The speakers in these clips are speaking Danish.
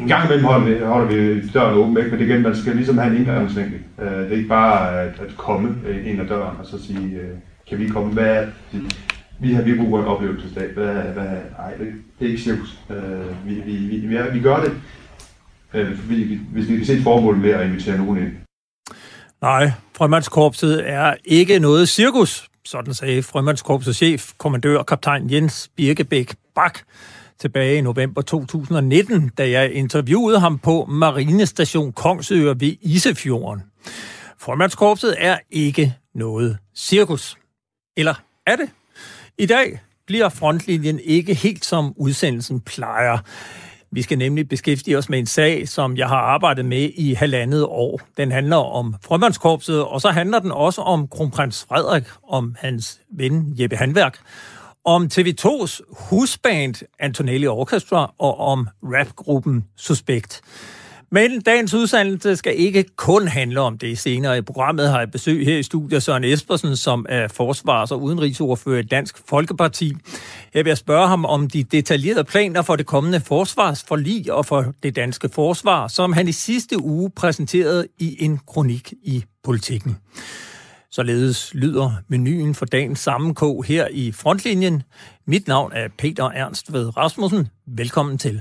En gang imellem holder vi døren åben, ikke? Men det igen, man skal ligesom have en indgangsvinkel. Det er ikke bare at komme ind ad døren og så sige, kan vi komme, hvad er vi har virkelig brug for en oplevelsesdag. Nej, det er ikke cirkus. Vi gør det, hvis vi kan se et formål med at invitere nogen ind. Nej, Frømandskorpset er ikke noget cirkus, sådan sagde Frømandskorpsets chef, kommandør kaptajn Jens Birkebæk Bak tilbage i november 2019, da jeg interviewede ham på Marinestation Kongsøre ved Isefjorden. Frømandskorpset er ikke noget cirkus. Eller er det? I dag bliver frontlinjen ikke helt som udsendelsen plejer. Vi skal nemlig beskæftige os med en sag, som jeg har arbejdet med i 1,5 år. Den handler om Frømandskorpset, og så handler den også om kronprins Frederik, om hans ven Jeppe Handværk, om TV2's husband Antonelli Orchestra og om rapgruppen Suspekt. Men dagens udsendelse skal ikke kun handle om det. Senere i programmet har jeg besøg her i studiet Søren Espersen, som er forsvars- og udenrigsordfører i Dansk Folkeparti. Jeg vil spørge ham om de detaljerede planer for det kommende forsvarsforlig og for det danske forsvar, som han i sidste uge præsenterede i en kronik i Politikken. Således lyder menuen for dagens sammenkog her i Frontlinjen. Mit navn er Peter Ernst Ved Rasmussen. Velkommen til.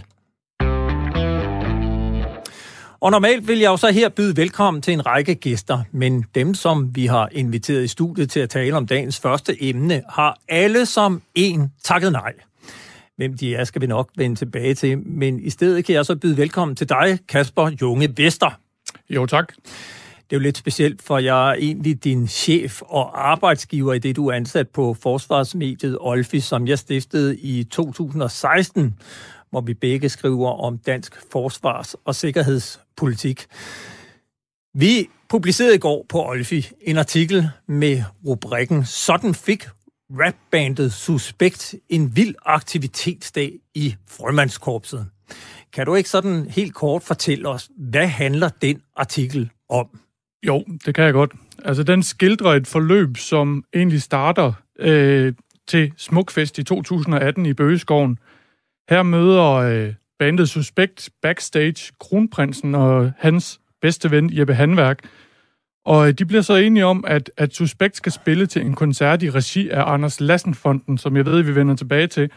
Og normalt vil jeg jo så her byde velkommen til en række gæster, men dem, som vi har inviteret i studiet til at tale om dagens første emne, har alle som en takket nej. Hvem de er, skal vi nok vende tilbage til, men i stedet kan jeg så byde velkommen til dig, Kasper Junge Vester. Jo, tak. Det er jo lidt specielt, for jeg er egentlig din chef og arbejdsgiver i det, du er ansat på forsvarsmediet Olfi, som jeg stiftede i 2016, hvor vi begge skriver om dansk forsvars- og sikkerhedspolitik. Vi publicerede i går på Olfi en artikel med rubrikken "Sådan fik rapbandet Suspekt en vild aktivitetsdag i Frømandskorpset". Kan du ikke sådan helt kort fortælle os, hvad handler den artikel om? Jo, det kan jeg godt. Altså, den skildrer et forløb, som egentlig starter til Smukfest i 2018 i Bøgeskoven. Her møder bandet Suspekt backstage kronprinsen og hans bedste ven Jeppe Handværk. Og de bliver så enige om, at Suspekt skal spille til en koncert i regi af Anders Lassen-fonden, som jeg ved, vi vender tilbage til.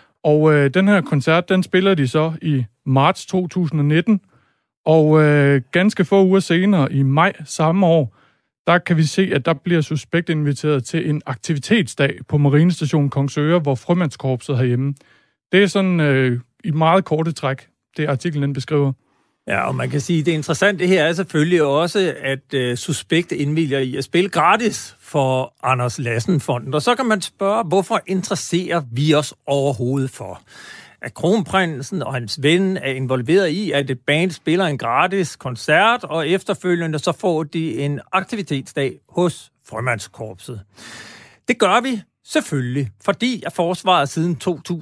Og den her koncert, den spiller de så i marts 2019. Og ganske få uger senere, i maj samme år, der kan vi se, at der bliver Suspekt inviteret til en aktivitetsdag på Marinestation Kongsøre, hvor Frømandskorpset herhjemme. Det er sådan i meget korte træk, det artiklen den beskriver. Ja, og man kan sige, at det interessante her er selvfølgelig også, at Suspekt indvilger i at spille gratis for Anders Lassen-fonden. Og så kan man spørge, hvorfor interesserer vi os overhovedet for, at kronprinsen og hans ven er involveret i, at et band spiller en gratis koncert, og efterfølgende så får de en aktivitetsdag hos Frømandskorpset. Det gør vi selvfølgelig, fordi at forsvaret siden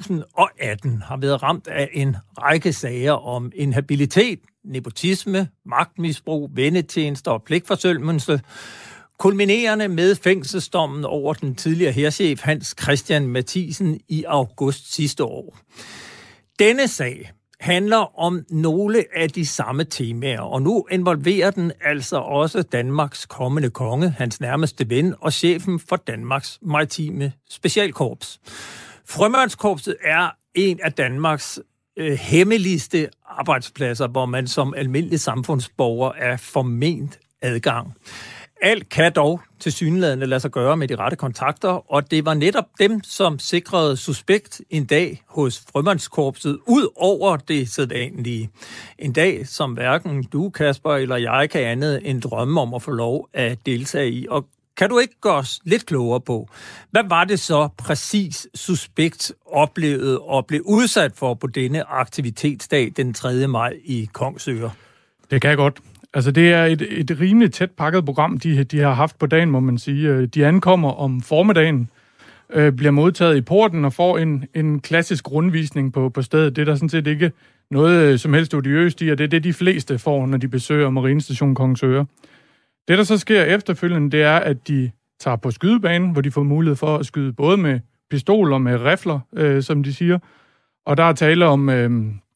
2018 har været ramt af en række sager om inhabilitet, nepotisme, magtmisbrug, vennetjenester og pligtforsømmelse, kulminerende med fængselsdommen over den tidligere hærchef Hans Christian Mathisen i august sidste år. Denne sag handler om nogle af de samme temaer, og nu involverer den altså også Danmarks kommende konge, hans nærmeste ven og chefen for Danmarks maritime specialkorps. Frømandskorpset er en af Danmarks hemmeligste arbejdspladser, hvor man som almindelig samfundsborger er forment adgang. Alt kan dog tilsyneladende lade sig gøre med de rette kontakter, og det var netop dem, som sikrede Suspekt en dag hos Frømandskorpset, ud over det sædvanlige. En dag, som hverken du, Kasper, eller jeg kan andet end drømme om at få lov at deltage i. Og kan du ikke gøre os lidt klogere på, hvad var det så præcis Suspekt oplevede og blev udsat for på denne aktivitetsdag den 3. maj i Kongsøre? Det kan jeg godt. Altså, det er et rimelig tæt pakket program, de har haft på dagen, må man sige. De ankommer om formiddagen, bliver modtaget i porten og får en klassisk rundvisning på stedet. Det er der sådan set ikke noget som helst odiøst i, og det er det, de fleste får, når de besøger Marinestation Kongsøre. Det, der så sker efterfølgende, det er, at de tager på skydebanen, hvor de får mulighed for at skyde både med pistol og med rifler, som de siger. Og der er tale om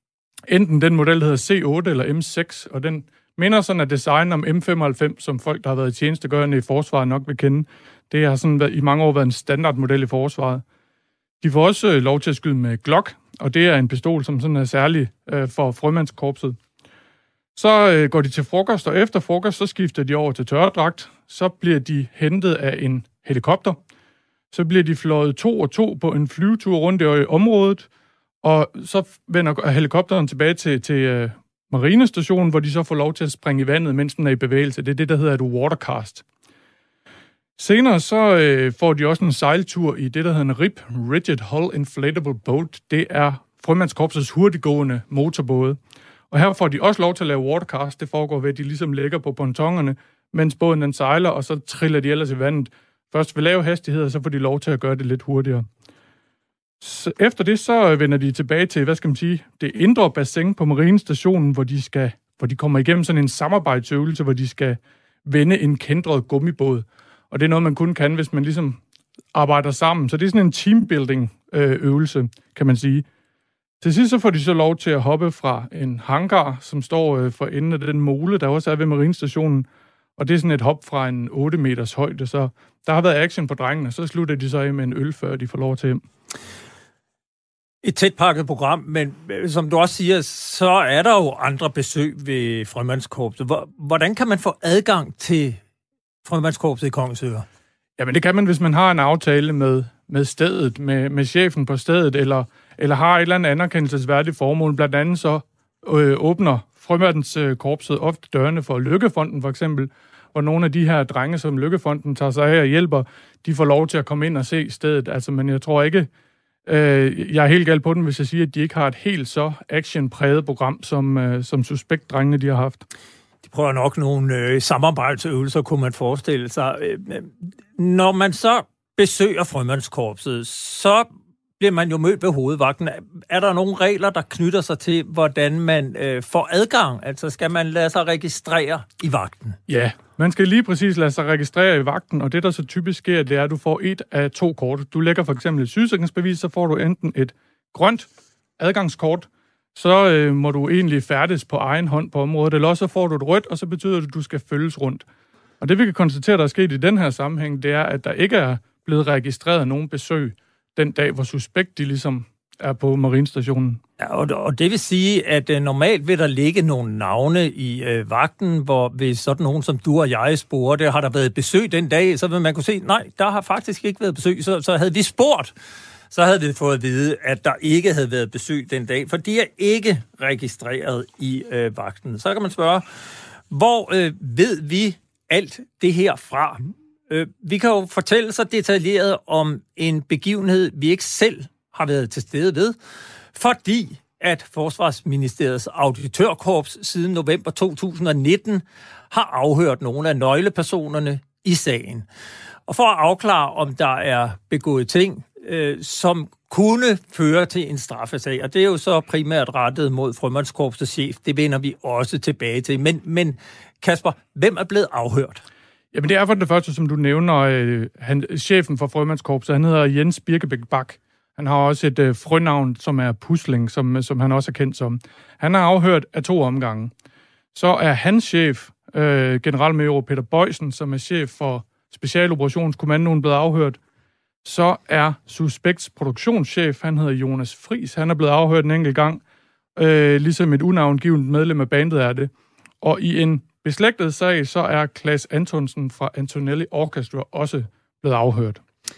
enten den model, der hedder C8 eller M6, og den minder sådan at design om M95, som folk, der har været i tjenestegørende i forsvaret, nok vil kende. Det har sådan i mange år været en standardmodel i forsvaret. De får også lov til at skyde med Glock, og det er en pistol, som sådan er særlig for frømandskorpset. Så går de til frokost, og efter frokost, så skifter de over til tørredragt. Så bliver de hentet af en helikopter. Så bliver de fløjet 2 og 2 på en flyvetur rundt i området, og så vender helikopteren tilbage til marinestationen, hvor de så får lov til at springe i vandet, mens den er i bevægelse. Det er det, der hedder et watercast. Senere så får de også en sejltur i det, der hedder en RIB, Rigid Hull Inflatable Boat. Det er frømandskorpsets hurtiggående motorbåde. Og her får de også lov til at lave watercast. Det foregår ved, at de ligesom ligger på pontongerne, mens båden den sejler, og så triller de ellers i vandet. Først ved lave hastigheder, så får de lov til at gøre det lidt hurtigere. Så efter det, så vender de tilbage til, det indre bassin på marinestationen, hvor de kommer igennem sådan en samarbejdsøvelse, hvor de skal vende en kæntret gummibåd. Og det er noget, man kun kan, hvis man ligesom arbejder sammen. Så det er sådan en teambuilding-øvelse, kan man sige. Til sidst så får de så lov til at hoppe fra en hangar, som står for enden af den mole, der også er ved marinestationen. Og det er sådan et hop fra en 8 meters højde. Så der har været action på drengene, så slutter de så af med en øl, før de får lov til hjem. Et tætpakket program, men som du også siger, så er der jo andre besøg ved Frømandskorpset. Hvordan kan man få adgang til Frømandskorpset i Kongens Øre? Jamen det kan man, hvis man har en aftale med stedet, med chefen på stedet, eller har et eller andet anerkendelsesværdigt formål. Blandt andet så åbner Frømandskorpset ofte dørene for Lykkefonden for eksempel, hvor nogle af de her drenge, som Lykkefonden tager sig af og hjælper, de får lov til at komme ind og se stedet. Altså, men jeg tror ikke, jeg er helt galt på den, hvis jeg siger, at de ikke har et helt så action-præget program, som Suspekt-drengene de har haft. De prøver nok nogle samarbejdsøvelser, kunne man forestille sig. Når man så besøger Frømandskorpset, så bliver man jo mødt ved hovedvagten. Er der nogle regler, der knytter sig til, hvordan man får adgang? Altså, skal man lade sig registrere i vagten? Ja, man skal lige præcis lade sig registrere i vagten, og det, der så typisk sker, det er, at du får 1 af 2 kort. Du lægger for eksempel et sygesikringsbevis, så får du enten et grønt adgangskort, så må du egentlig færdes på egen hånd på området, eller også så får du et rødt, og så betyder det, at du skal følges rundt. Og det, vi kan konstatere, der er sket i den her sammenhæng, det er, at der ikke er blevet registreret nogen besøg den dag, hvor Suspekt de ligesom er på marinestationen. Ja, og det vil sige, at normalt vil der ligge nogle navne i vagten, hvor hvis sådan nogen som du og jeg spurgte, har der været besøg den dag, så vil man kunne se, nej, der har faktisk ikke været besøg. Så havde vi spurgt, så havde vi fået at vide, at der ikke havde været besøg den dag, for de er ikke registreret i vagten. Så kan man spørge, hvor ved vi alt det her fra? Vi kan jo fortælle så detaljeret om en begivenhed, vi ikke selv har været til stede ved, fordi at Forsvarsministeriets auditørkorps siden november 2019 har afhørt nogle af nøglepersonerne i sagen. Og for at afklare, om der er begået ting, som kunne føre til en straffesag, og det er jo så primært rettet mod Frømandskorpsets chef, det vender vi også tilbage til. Men Kasper, hvem er blevet afhørt? Jamen det er for det første, som du nævner, chefen for Frømandskorpset, han hedder Jens Birkebæk Bak. Han har også et frønavn, som er Pusling, som han også er kendt som. Han har afhørt af 2 omgange. Så er hans chef, generalmajor Peter Bøjsen, som er chef for Specialoperationskommandoen, blevet afhørt. Så er Suspekts produktionschef, han hedder Jonas Friis, han er blevet afhørt en enkelt gang, ligesom et unavngivet medlem af bandet er det. Og i en beslægtet sag, så er Claes Antonsen fra Antonelli Orchestra også blevet afhørt.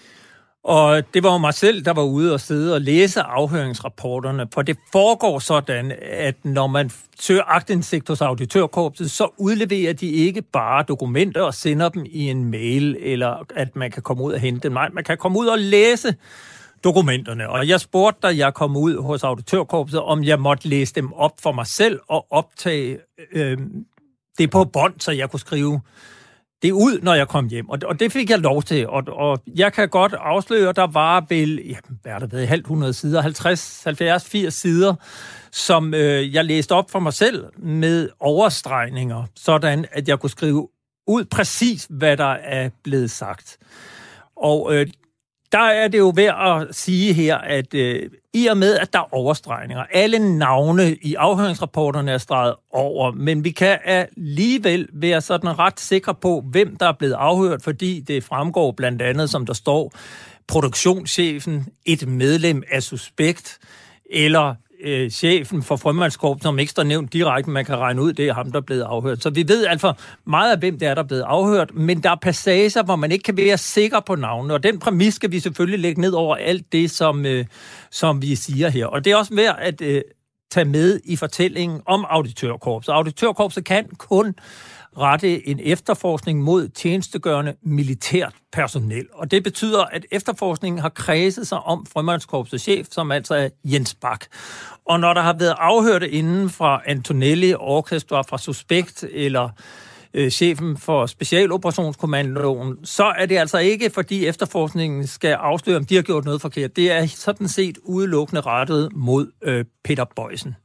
Og det var jo mig selv, der var ude og sidde og læse afhøringsrapporterne, for det foregår sådan, at når man søger aktindsigt hos auditørkorpset, så udleverer de ikke bare dokumenter og sender dem i en mail, eller at man kan komme ud og hente dem. Nej, man kan komme ud og læse dokumenterne. Og jeg spurgte, da jeg kom ud hos auditørkorpset, om jeg måtte læse dem op for mig selv og optage det på bånd, så jeg kunne skrive det ud, når jeg kom hjem. Og det fik jeg lov til. Og jeg kan godt afsløre, der var vel, hvad er der ved, 100 sider, 50, 70, 80 sider, som jeg læste op for mig selv med overstregninger, sådan at jeg kunne skrive ud præcis, hvad der er blevet sagt. Og Der er det jo værd at sige her, at i og med, at der er overstregninger, alle navne i afhøringsrapporterne er streget over, men vi kan alligevel være sådan ret sikre på, hvem der er blevet afhørt, fordi det fremgår blandt andet, som der står, produktionschefen, et medlem af Suspekt, eller chefen for Frømandskorpset, som ikke står nævnt direkte, man kan regne ud, det er ham, der er blevet afhørt. Så vi ved altså meget af, hvem det er, der er blevet afhørt, men der er passager, hvor man ikke kan være sikker på navnene, og den præmis skal vi selvfølgelig lægge ned over alt det, som vi siger her. Og det er også værd at tage med i fortællingen om auditørkorpset. Auditørkorpset kan kun rette en efterforskning mod tjenestegørende militært personel. Og det betyder, at efterforskningen har kredset sig om Frømandskorpsets chef, som altså er Jens Bak. Og når der har været afhørte inden fra Antonelli Orchestra, fra Suspekt eller chefen for Specialoperationskommandoen, så er det altså ikke, fordi efterforskningen skal afsløre, om de har gjort noget forkert. Det er sådan set udelukkende rettet mod Peter Boisen.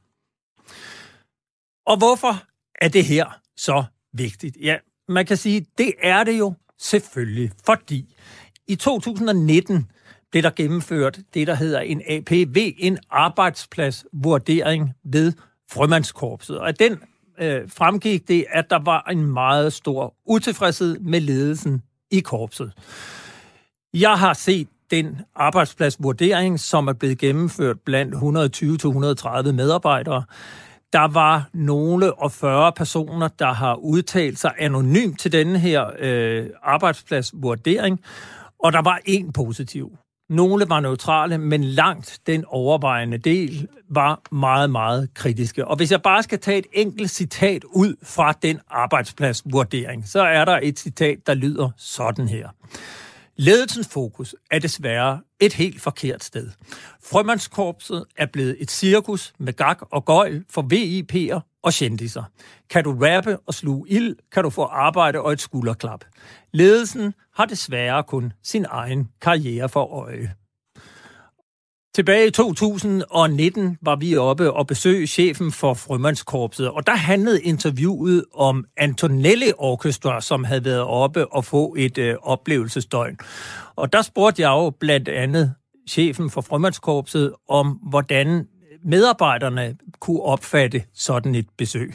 Og hvorfor er det her så vigtigt? Ja, man kan sige, det er det jo selvfølgelig, fordi i 2019 blev der gennemført det, der hedder en APV, en arbejdspladsvurdering ved Frømandskorpset. Og den fremgik det, at der var en meget stor utilfredshed med ledelsen i korpset. Jeg har set den arbejdspladsvurdering, som er blevet gennemført blandt 120-130 medarbejdere. Der var nogle og 40 personer, der har udtalt sig anonymt til denne her arbejdspladsvurdering, og der var en positiv. Nogle var neutrale, men langt den overvejende del var meget, meget kritiske. Og hvis jeg bare skal tage et enkelt citat ud fra den arbejdspladsvurdering, så er der et citat, der lyder sådan her. Ledelsens fokus er desværre et helt forkert sted. Frømandskorpset er blevet et cirkus med gak og gøjl for VIP'er og kendiser. Kan du rappe og sluge ild, kan du få arbejde og et skulderklap. Ledelsen har desværre kun sin egen karriere for øje. Tilbage i 2019 var vi oppe og besøgte chefen for Frømandskorpset, og der handlede interviewet om Antonelli Orchestra, som havde været oppe og få et oplevelsesdøgn. Og der spurgte jeg jo blandt andet chefen for Frømandskorpset om, hvordan medarbejderne kunne opfatte sådan et besøg.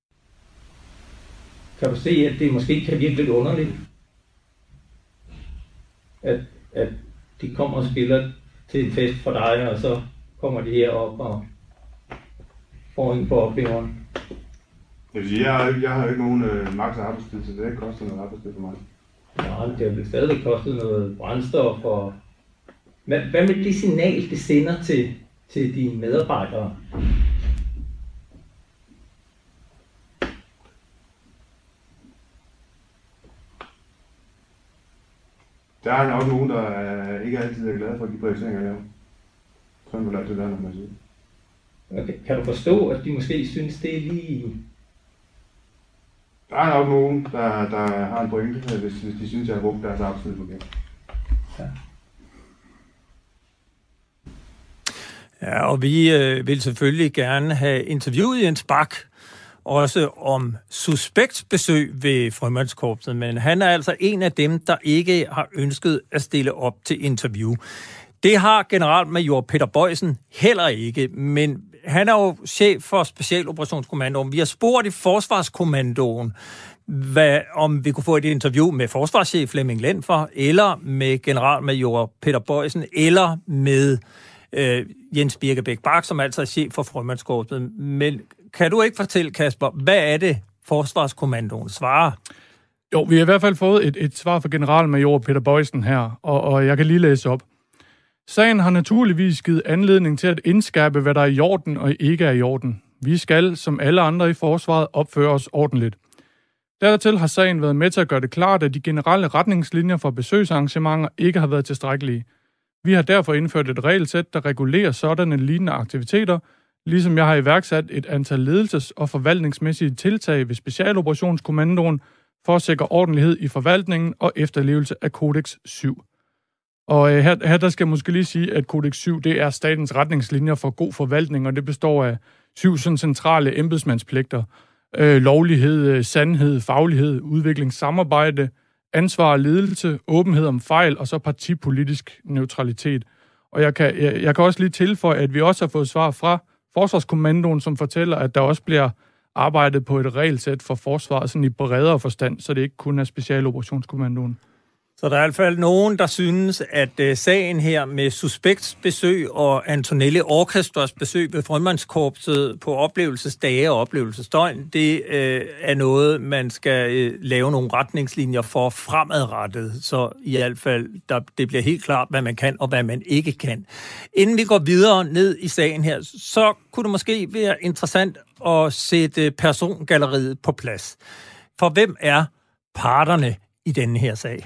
Kan du se, at det måske kan virke lidt underligt, at de kommer og spiller til en fest for dig, og så kommer de herop og får en på opleveren? Jeg vil sige, jeg har jo ikke nogen maks arbejdstid, så det har ikke kostet noget arbejdstid for mig. Nej, det har vel stadig kostet noget brændstof. Og hvad med det signal, det sender til dine medarbejdere? Der er nok nogen, der ikke altid er glade for de prioriteringer, jeg laver. Sådan vil det være, når man siger. Okay. Kan du forstå, at de måske synes, det er lige... Der er nok nogen, der har en pointe, hvis de synes, jeg har brugt deres arbejdstid forkert. Ja. Ja, og vi vil selvfølgelig gerne have interviewet Jens Bak, også om Suspekts-besøg ved Frømandskorpset, men han er altså en af dem, der ikke har ønsket at stille op til interview. Det har generalmajor Peter Boisen heller ikke, men han er jo chef for Specialoperationskommandoen. Vi har spurgt i Forsvarskommandoen, om vi kunne få et interview med forsvarschef Flemming Lenfer, eller med generalmajor Peter Boisen, eller med Jens Birkebæk Bak, som altså er chef for Frømandskorpset. Men kan du ikke fortælle, Kasper, hvad er det, Forsvarskommandoen svarer? Jo, vi har i hvert fald fået et svar fra generalmajor Peter Boisen her, og jeg kan lige læse op. Sagen har naturligvis givet anledning til at indskærpe, hvad der er i orden og ikke er i orden. Vi skal, som alle andre i forsvaret, opføre os ordentligt. Dertil har sagen været med til at gøre det klart, at de generelle retningslinjer for besøgsarrangementer ikke har været tilstrækkelige. Vi har derfor indført et regelsæt, der regulerer sådanne lignende aktiviteter, ligesom jeg har iværksat et antal ledelses- og forvaltningsmæssige tiltag ved Specialoperationskommandoen for at sikre ordentlighed i forvaltningen og efterlevelse af Kodex 7. Og her der skal jeg måske lige sige, at Kodex 7, det er statens retningslinjer for god forvaltning, og det består af 7 sådan centrale embedsmandspligter. Lovlighed, sandhed, faglighed, udvikling, samarbejde, ansvar og ledelse, åbenhed om fejl og så partipolitisk neutralitet. Og jeg kan også lige tilføje, at vi også har fået svar fra Forsvarskommandoen, som fortæller, at der også bliver arbejdet på et regelsæt for forsvaret sådan i bredere forstand, så det ikke kun er Specialoperationskommandoen. Så der er i hvert fald nogen, der synes, at sagen her med Suspects besøg og Antonelli Orchestras besøg ved Frømandskorpset på oplevelsesdage og oplevelsesdøgn, det er noget, man skal lave nogle retningslinjer for fremadrettet. Så i hvert fald, det bliver helt klart, hvad man kan og hvad man ikke kan. Inden vi går videre ned i sagen her, så kunne det måske være interessant at sætte persongalleriet på plads. For hvem er parterne i denne her sag?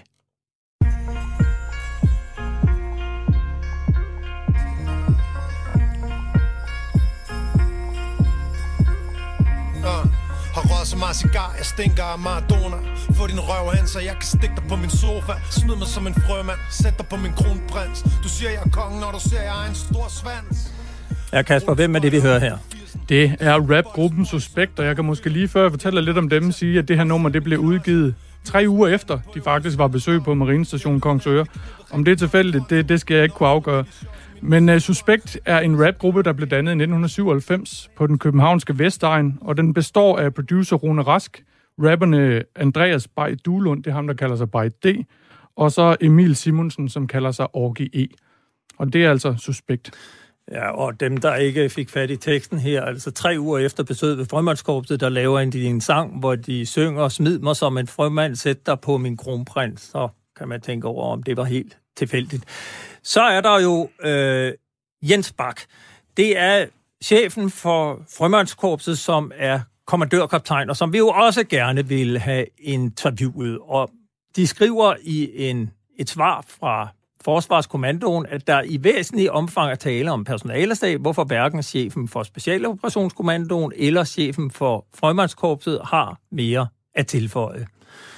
Så meget cigar, jeg stinker af Maradona. Få din røv hen, så jeg kan stikke dig på min sofa. Smid mig som en frømand, sæt dig på min kronprins. Du siger, jeg er kongen, når du ser, jeg har en stor svans. Ja, Kasper, hvem er det, vi hører her? Det er rapgruppen Suspekt, og jeg kan måske lige før jeg fortæller lidt om dem, sige, at det her nummer det blev udgivet 3 uger efter, de faktisk var besøg på Marinestation Kongsøre. Om det er tilfældigt, det skal jeg ikke kunne afgøre. Men Suspekt er en rapgruppe, der blev dannet i 1997 på den københavnske Vestegn, og den består af producer Rune Rask, rapperne Andreas Bay Duelund, det er ham, der kalder sig Bay D, og så Emil Simonsen, som kalder sig Orgi E. Og det er altså Suspekt. Ja, og dem, der ikke fik fat i teksten her, altså 3 uger efter besøget ved Frømandskorpset, der laver de en sang, hvor de synger, smid mig som en frømand, sæt dig på min kronprins. Så kan man tænke over, om det var helt tilfældigt. Så er der jo Jens Bak. Det er chefen for Frømandskorpset, som er kommandørkaptajn, og som vi jo også gerne vil have interviewet. Og de skriver i et svar fra Forsvarskommandoen, at der i væsentlig omfang er tale om personalestab, hvorfor hverken chefen for Specialoperationskommandoen eller chefen for Frømandskorpset har mere at tilføje.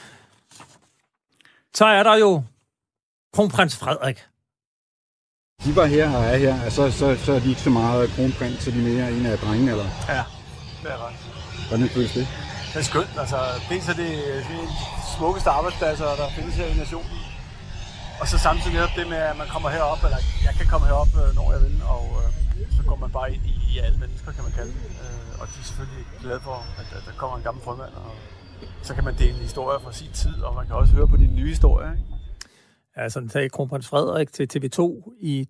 Så er der jo kronprins Frederik. De var her og er her, så er de ikke så meget kronprins, så de er mere en af drengene, eller? Ja, det er ret. Hvordan føles det? Det er skønt, altså. Dels er det de smukkeste arbejdspladser, der findes her i nationen. Og så samtidig netop det med, at man kommer herop, eller jeg kan komme herop, når jeg vil, og så går man bare ind i alle mennesker, kan man kalde det. Og de er selvfølgelig glade for, at der kommer en gammel frømand, og så kan man dele historier fra sin tid, og man kan også høre på de nye historier, ikke? Ja, sådan sagde kronprins Frederik til TV2 i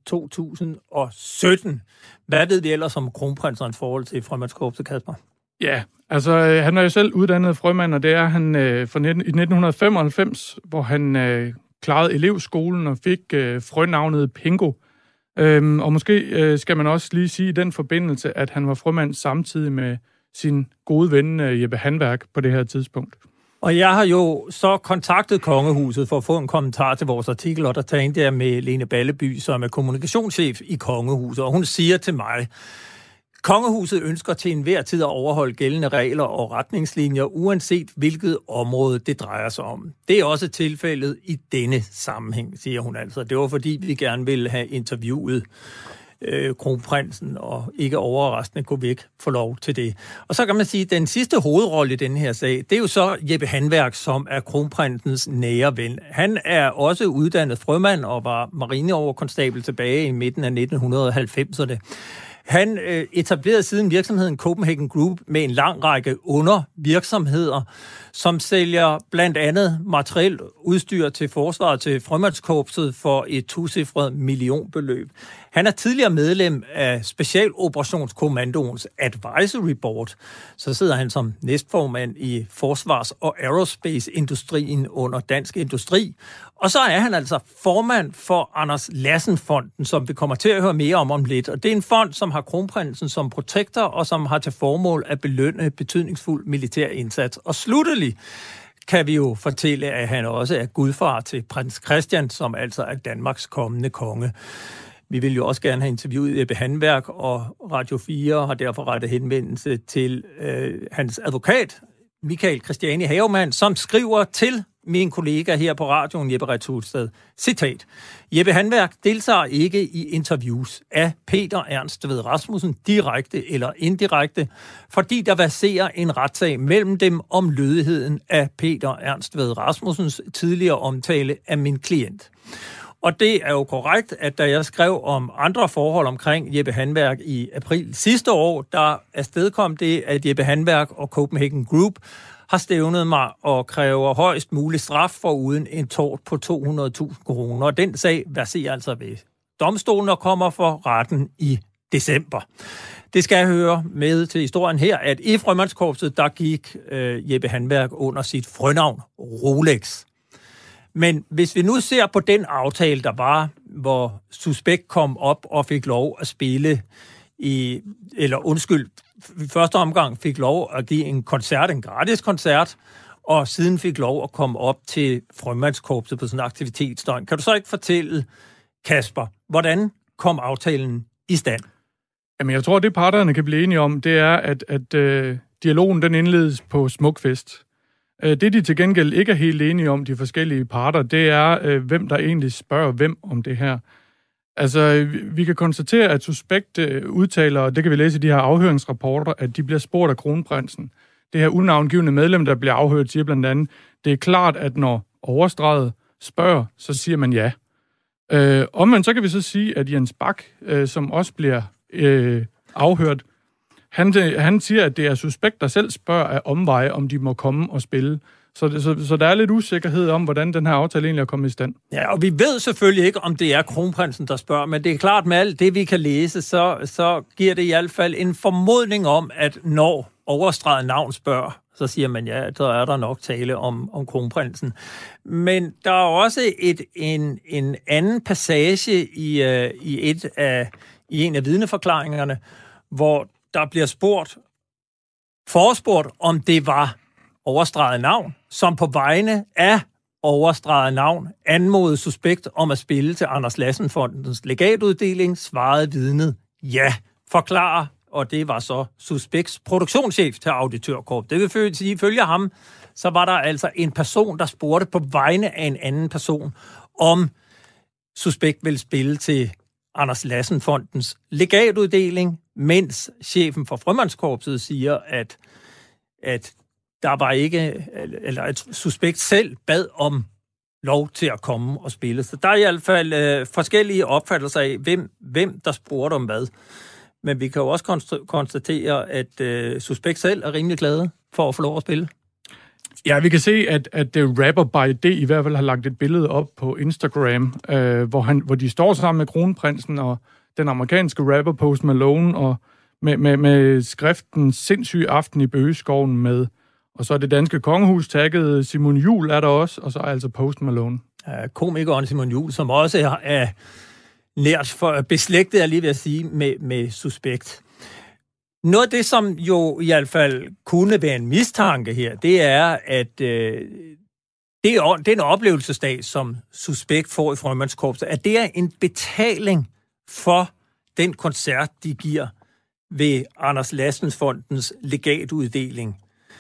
2017. Hvad ved vi ellers om kronprinsens forhold til Frømandskorpset, Kasper? Ja, altså han er jo selv uddannet frømand, og det er han i 1995, hvor han klarede elevskolen og fik frønavnet Pingo. Og måske skal man også lige sige i den forbindelse, at han var frømand samtidig med sin gode ven Jeppe Handværk på det her tidspunkt. Og jeg har jo så kontaktet Kongehuset for at få en kommentar til vores artikel, og der talte jeg med Lene Balleby, som er kommunikationschef i Kongehuset, og hun siger til mig, Kongehuset ønsker til enhver tid at overholde gældende regler og retningslinjer, uanset hvilket område det drejer sig om. Det er også tilfældet i denne sammenhæng, siger hun altså. Det var fordi, vi gerne ville have interviewet kronprinsen, og ikke overraskende kunne vi ikke få lov til det. Og så kan man sige, at den sidste hovedrolle i denne her sag, det er jo så Jeppe Handværk, som er kronprinsens nære ven. Han er også uddannet frømand og var marineoverkonstabel tilbage i midten af 1990'erne. Han etablerede siden virksomheden Copenhagen Group med en lang række undervirksomheder, som sælger blandt andet materiel udstyr til forsvaret til Frømandskorpset for et 2-cifret millionbeløb. Han er tidligere medlem af Specialoperationskommandoens Advisory Board. Så sidder han som næstformand i forsvars- og aerospace-industrien under Dansk Industri. Og så er han altså formand for Anders Lassen-fonden, som vi kommer til at høre mere om lidt. Og det er en fond, som har kronprinsen som protektor, og som har til formål at belønne betydningsfuld militær indsats. Og sluttelig kan vi jo fortælle, at han også er gudfar til prins Christian, som altså er Danmarks kommende konge. Vi vil jo også gerne have interviewet Jeppe Handværk, og Radio 4 har derfor rettet henvendelse til hans advokat, Michael Christiani Havemann, som skriver til min kollega her på radioen, Jeppe Retulsted. Citat. Jeppe Handværk deltager ikke i interviews af Peter Ernst Ved Rasmussen, direkte eller indirekte, fordi der verserer en retssag mellem dem om lødigheden af Peter Ernst Ved Rasmussens tidligere omtale af min klient. Og det er jo korrekt, at da jeg skrev om andre forhold omkring Jeppe Handværk i april sidste år, der afstedkom det, at Jeppe Handværk og Copenhagen Group har stævnet mig og kræver højst mulig straf for uden en tort på 200.000 kroner. Og den sag verserer altså ved domstolen og kommer for retten i december. Det skal jeg høre med til historien her, at i Frømandskorpset, der gik Jeppe Handværk under sit frønavn Rolex. Men hvis vi nu ser på den aftale, der var, hvor Suspekt kom op og fik lov at spille i første omgang fik lov at give en koncert, en gratis koncert, og siden fik lov at komme op til Frømandskorpset på sådan en aktivitetsdøgn. Kan du så ikke fortælle, Kasper, hvordan kom aftalen i stand? Jamen, jeg tror, at det parterne kan blive enige om, det er, at dialogen den indledes på Smukfest. Det, de til gengæld ikke er helt enige om, de forskellige parter, det er, hvem der egentlig spørger hvem om det her. Altså, vi kan konstatere, at Suspekt udtaler, og det kan vi læse i de her afhøringsrapporter, at de bliver spurgt af kronprinsen. Det her unavngivne medlem, der bliver afhørt, siger blandt andet, det er klart, at når overstreget spørger, så siger man ja. Omvendt så kan vi så sige, at Jens Bak, som også bliver afhørt, han siger, at det er Suspekt, der selv spørger af omveje, om de må komme og spille. Så der er lidt usikkerhed om, hvordan den her aftale egentlig er kommet i stand. Ja, og vi ved selvfølgelig ikke, om det er kronprinsen, der spørger, men det er klart med alt det, vi kan læse, så giver det i hvert fald en formodning om, at når overstreget navn spørger, så siger man ja, så er der nok tale om kronprinsen. Men der er også en anden passage i en af vidneforklaringerne, hvor der bliver forespurgt, om det var overstreget navn, som på vegne af overstreget navn anmodede Suspekt om at spille til Anders Lassen-fondens legatuddeling, svarede vidnet ja, forklarer, og det var så Suspekts produktionschef til Auditørkorp. Det vil sige, ifølge ham, så var der altså en person, der spurgte på vegne af en anden person, om Suspekt ville spille til Anders Lassen-fondens legatuddeling, mens chefen for Frømandskorpset siger, at der var ikke, eller at Suspekt selv bad om lov til at komme og spille. Så der er i hvert fald forskellige opfattelser af, hvem der spurgte om hvad. Men vi kan jo også konstatere, at Suspekt selv er rimelig glade for at få lov at spille. Ja, vi kan se, at Rapper by D i hvert fald har lagt et billede op på Instagram, hvor de står sammen med kronprinsen og den amerikanske rapper Post Malone, og med skriften Sindssyg aften i Bøgeskoven med. Og så er det danske kongehus tagget, Simon Juhl er der også, og så er altså Post Malone. Komikeren Simon Juhl, som også er nært beslægtet, er lige ved at sige, med Suspekt. Noget af det, som jo i hvert fald kunne være en mistanke her, det er, at den oplevelsesdag, som Suspekt får i Frømandskorpset, at det er en betaling for den koncert, de giver ved Anders Lassen-fondens legatuddeling.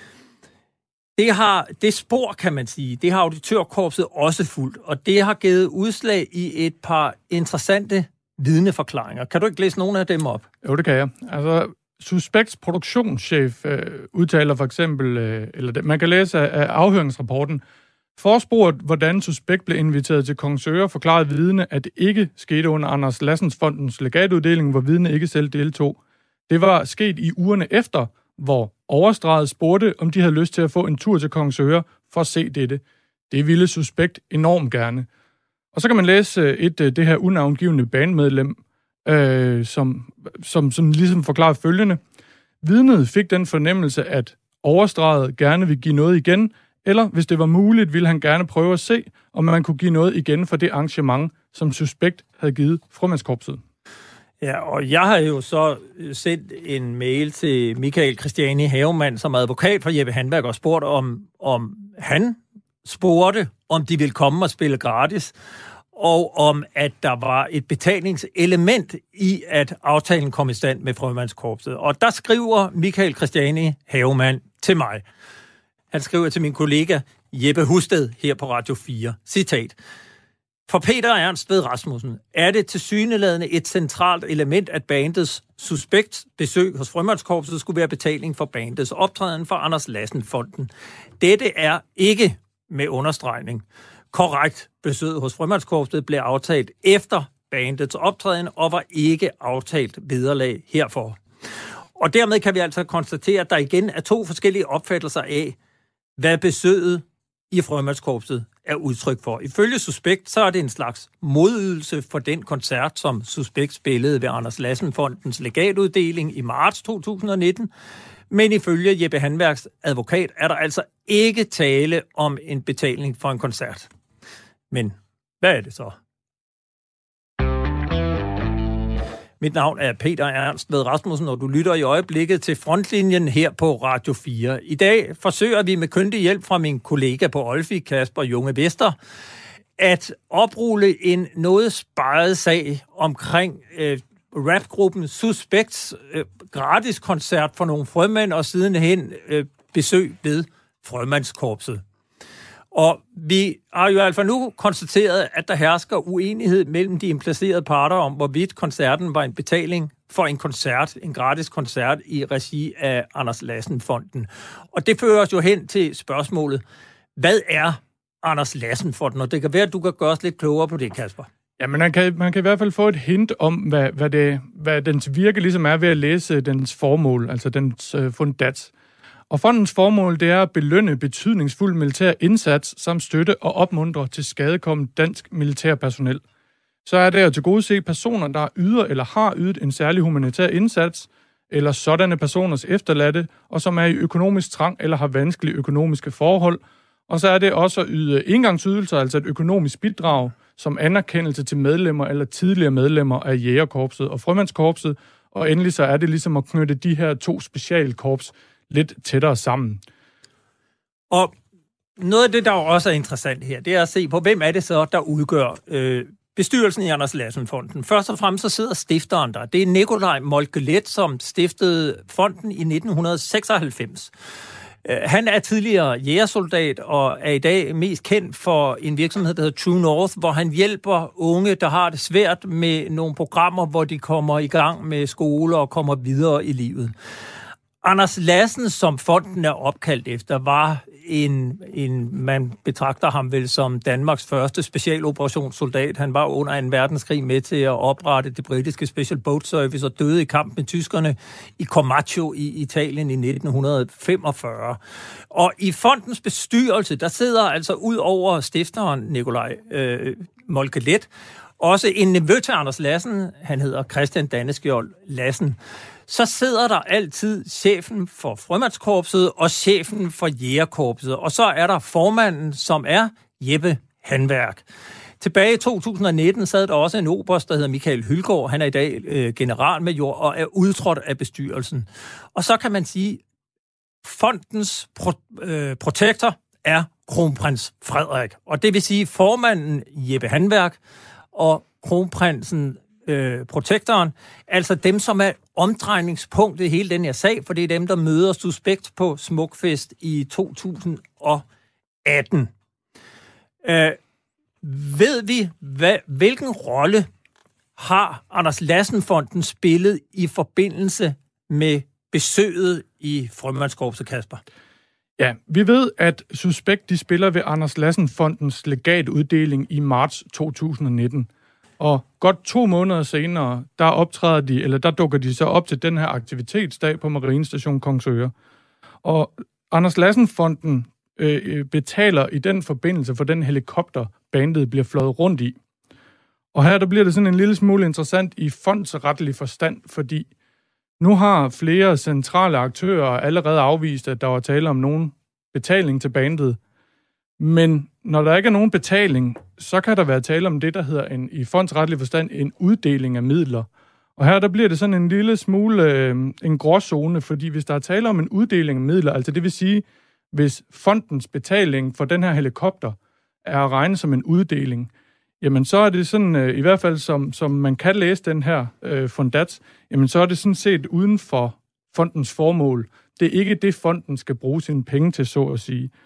Det spor, kan man sige, det har Auditørkorpset også fulgt, og det har givet udslag i et par interessante vidneforklaringer. Kan du ikke læse nogle af dem op? Jo, det kan jeg. Altså, Suspekts produktionschef udtaler for eksempel, eller man kan læse af afhøringsrapporten, forspurgt, hvordan Suspekt blev inviteret til Kongsøre, forklarede vidne, at det ikke skete under Anders Lassens-fondens legatuddeling, hvor vidne ikke selv deltog. Det var sket i ugerne efter, hvor overstreget spurgte, om de havde lyst til at få en tur til Kongsøre for at se dette. Det ville Suspekt enormt gerne. Og så kan man læse det her unavngivne bandmedlem, som ligesom forklarer følgende. Vidnet fik den fornemmelse, at overstreget gerne vil give noget igen, eller hvis det var muligt, ville han gerne prøve at se, om man kunne give noget igen for det arrangement, som Suspekt havde givet Frømandskorpset. Ja, og jeg har jo så sendt en mail til Michael Christiani Havemann, som er advokat for Jeppe Handværk, og spurgt om han spurgte, om de ville komme og spille gratis, og om at der var et betalingselement i, at aftalen kom i stand med Frømandskorpset. Og der skriver Michael Christiani Havemann til mig. Han skriver til min kollega, Jeppe Husted her på Radio 4. Citat. For Peter Ernst Ved Rasmussen er det tilsyneladende et centralt element, at bandets Suspekt besøg hos Frømandskorpset skulle være betaling for bandets optræden for Anders Lassen-fonden. Dette er ikke med understregning korrekt. Besøget hos Frømandskorpset blev aftalt efter bandets optræden og var ikke aftalt vederlag herfor. Og dermed kan vi altså konstatere, at der igen er to forskellige opfattelser af, hvad besøget i Frømandskorpset er udtryk for. Ifølge Suspekt, så er det en slags modydelse for den koncert, som Suspekt spillede ved Anders Lassen-fondens legatuddeling i marts 2019. Men ifølge Jeppe Hanværks advokat er der altså ikke tale om en betaling for en koncert. Men hvad er det så? Mit navn er Peter Ernst Ved Rasmussen, og du lytter i øjeblikket til Frontlinjen her på Radio 4. I dag forsøger vi med kyndig hjælp fra min kollega på Olfi, Kasper Junge Vester, at oprulle en noget speget sag omkring rapgruppen Suspects gratis koncert for nogle frømænd og sidenhen besøg ved Frømandskorpset. Og vi har jo i hvert fald nu konstateret, at der hersker uenighed mellem de implicerede parter om, hvorvidt koncerten var en betaling for en koncert, en gratis koncert i regi af Anders Lassen-fonden. Og det fører os jo hen til spørgsmålet, hvad er Anders Lassen-fonden? Og det kan være, at du kan gøre os lidt klogere på det, Kasper. Ja, men man kan i hvert fald få et hint om, hvad dens virke ligesom er ved at læse dens formål, altså dens fundats. Og fondens formål, det er at belønne betydningsfuld militær indsats, samt støtte og opmuntre til skadekommet dansk militærpersonel. Så er det at tilgodese personer, der yder eller har ydet en særlig humanitær indsats, eller sådanne personers efterladte, og som er i økonomisk trang eller har vanskelige økonomiske forhold. Og så er det også at yde engangsydelser, altså et økonomisk bidrag, som anerkendelse til medlemmer eller tidligere medlemmer af Jægerkorpset og Frømandskorpset. Og endelig så er det ligesom at knytte de her to specialkorps lidt tættere sammen. Og noget af det, der også er interessant her, det er at se på, hvem er det så, der udgør bestyrelsen i Anders Lassen-fonden. Først og fremmest så sidder stifteren der. Det er Nikolaj Moltke-Leth, som stiftede fonden i 1996. Han er tidligere jægersoldat og er i dag mest kendt for en virksomhed, der hedder True North, hvor han hjælper unge, der har det svært med nogle programmer, hvor de kommer i gang med skole og kommer videre i livet. Anders Lassen, som fonden er opkaldt efter, var man betragter ham vel som Danmarks første specialoperationssoldat. Han var under en verdenskrig med til at oprette det britiske Special Boat Service og døde i kamp med tyskerne i Comacchio i Italien i 1945. Og i fondens bestyrelse, der sidder altså ud over stifteren Nikolaj Moltke-Leth også en nevø til Anders Lassen, han hedder Christian Danneskjold Lassen. Så sidder der altid chefen for Frømandskorpset og chefen for Jægerkorpset. Og så er der formanden, som er Jeppe Hanværk. Tilbage i 2019 sad der også en oberst, der hedder Michael Hylgaard. Han er i dag generalmajor og er udtrådt af bestyrelsen. Og så kan man sige, fondens protektor er kronprins Frederik. Og det vil sige formanden Jeppe Hanværk og kronprinsen protektoren, altså dem, som er omdrejningspunktet i hele den her sag, for det er dem, der møder Suspekt på Smukfest i 2018. Ved vi, hvilken rolle har Anders Lassen-fonden spillet i forbindelse med besøget i Frømandskorpset, Kasper? Ja, vi ved, at Suspekt de spiller ved Anders Lassen-fondens legatuddeling i marts 2019. Og godt 2 måneder senere, der dukker de så op til den her aktivitetsdag på Marinestation Kongsøre. Og Anders Lassen-fonden betaler i den forbindelse for den helikopter, bandet bliver fløjet rundt i. Og her der bliver det sådan en lille smule interessant i fondsretlig forstand, fordi nu har flere centrale aktører allerede afvist, at der var tale om nogen betaling til bandet. Men når der ikke er nogen betaling, så kan der være tale om det, der hedder i fondsretlig forstand en uddeling af midler. Og her der bliver det sådan en lille smule en gråzone, fordi hvis der er tale om en uddeling af midler, altså det vil sige, hvis fondens betaling for den her helikopter er at regne som en uddeling, jamen så er det sådan, i hvert fald som man kan læse den her fundats, jamen så er det sådan set uden for fondens formål. Det er ikke det, fonden skal bruge sine penge til, så at sige.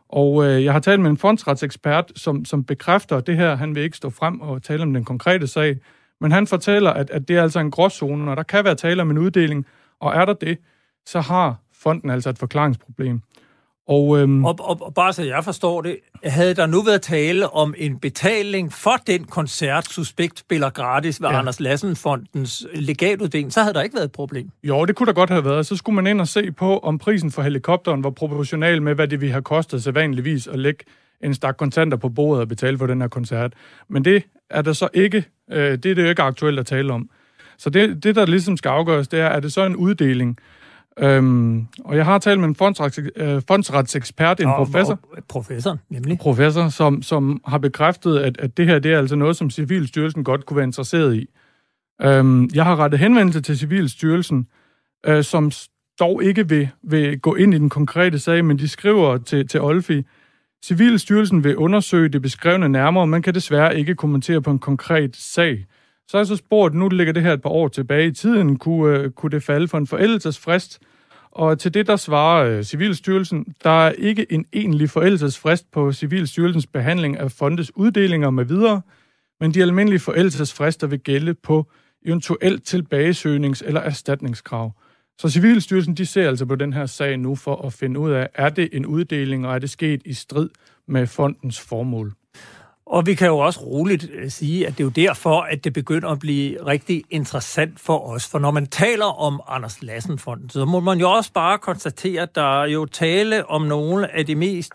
Og jeg har talt med en fondsretsekspert, som bekræfter det her. Han vil ikke stå frem og tale om den konkrete sag, men han fortæller, at det er altså en gråzone, og der kan være tale om en uddeling, og er der det, så har fonden altså et forklaringsproblem. Og bare så jeg forstår det, havde der nu været tale om en betaling for den koncert, Suspekt spiller gratis ved Anders Lassen-fondens legatuddeling, så havde der ikke været et problem. Jo, det kunne der godt have været. Så skulle man ind og se på, om prisen for helikopteren var proportional med, hvad det ville have kostet sædvanligvis at lægge en stak kontanter på bordet og betale for den her koncert. Men det er der så ikke. Det er det jo ikke aktuelt at tale om. Så det der ligesom skal afgøres, det er det så en uddeling? Og jeg har talt med en fondsretsekspert, en professor. Professor, nemlig. Professor, som har bekræftet, at det her det er altså noget, som Civilstyrelsen godt kunne være interesseret i. Jeg har rettet henvendelse til Civilstyrelsen, som dog ikke vil gå ind i den konkrete sag, men de skriver til Olfi, Civilstyrelsen vil undersøge det beskrevne nærmere, man kan desværre ikke kommentere på en konkret sag. Så er jeg så spurgt, nu ligger det her et par år tilbage i tiden, kunne det falde for en forældelsesfrist? Og til det, der svarer Civilstyrelsen, der er ikke en egentlig forældelsesfrist på Civilstyrelsens behandling af fondes uddelinger med videre, men de almindelige forældelsesfrister vil gælde på eventuelt tilbagesøgnings- eller erstatningskrav. Så Civilstyrelsen, de ser altså på den her sag nu for at finde ud af, er det en uddeling, og er det sket i strid med fondens formål? Og vi kan jo også roligt sige, at det er jo derfor, at det begynder at blive rigtig interessant for os. For når man taler om Anders Lassen-fonden, så må man jo også bare konstatere, at der er jo tale om nogle af de mest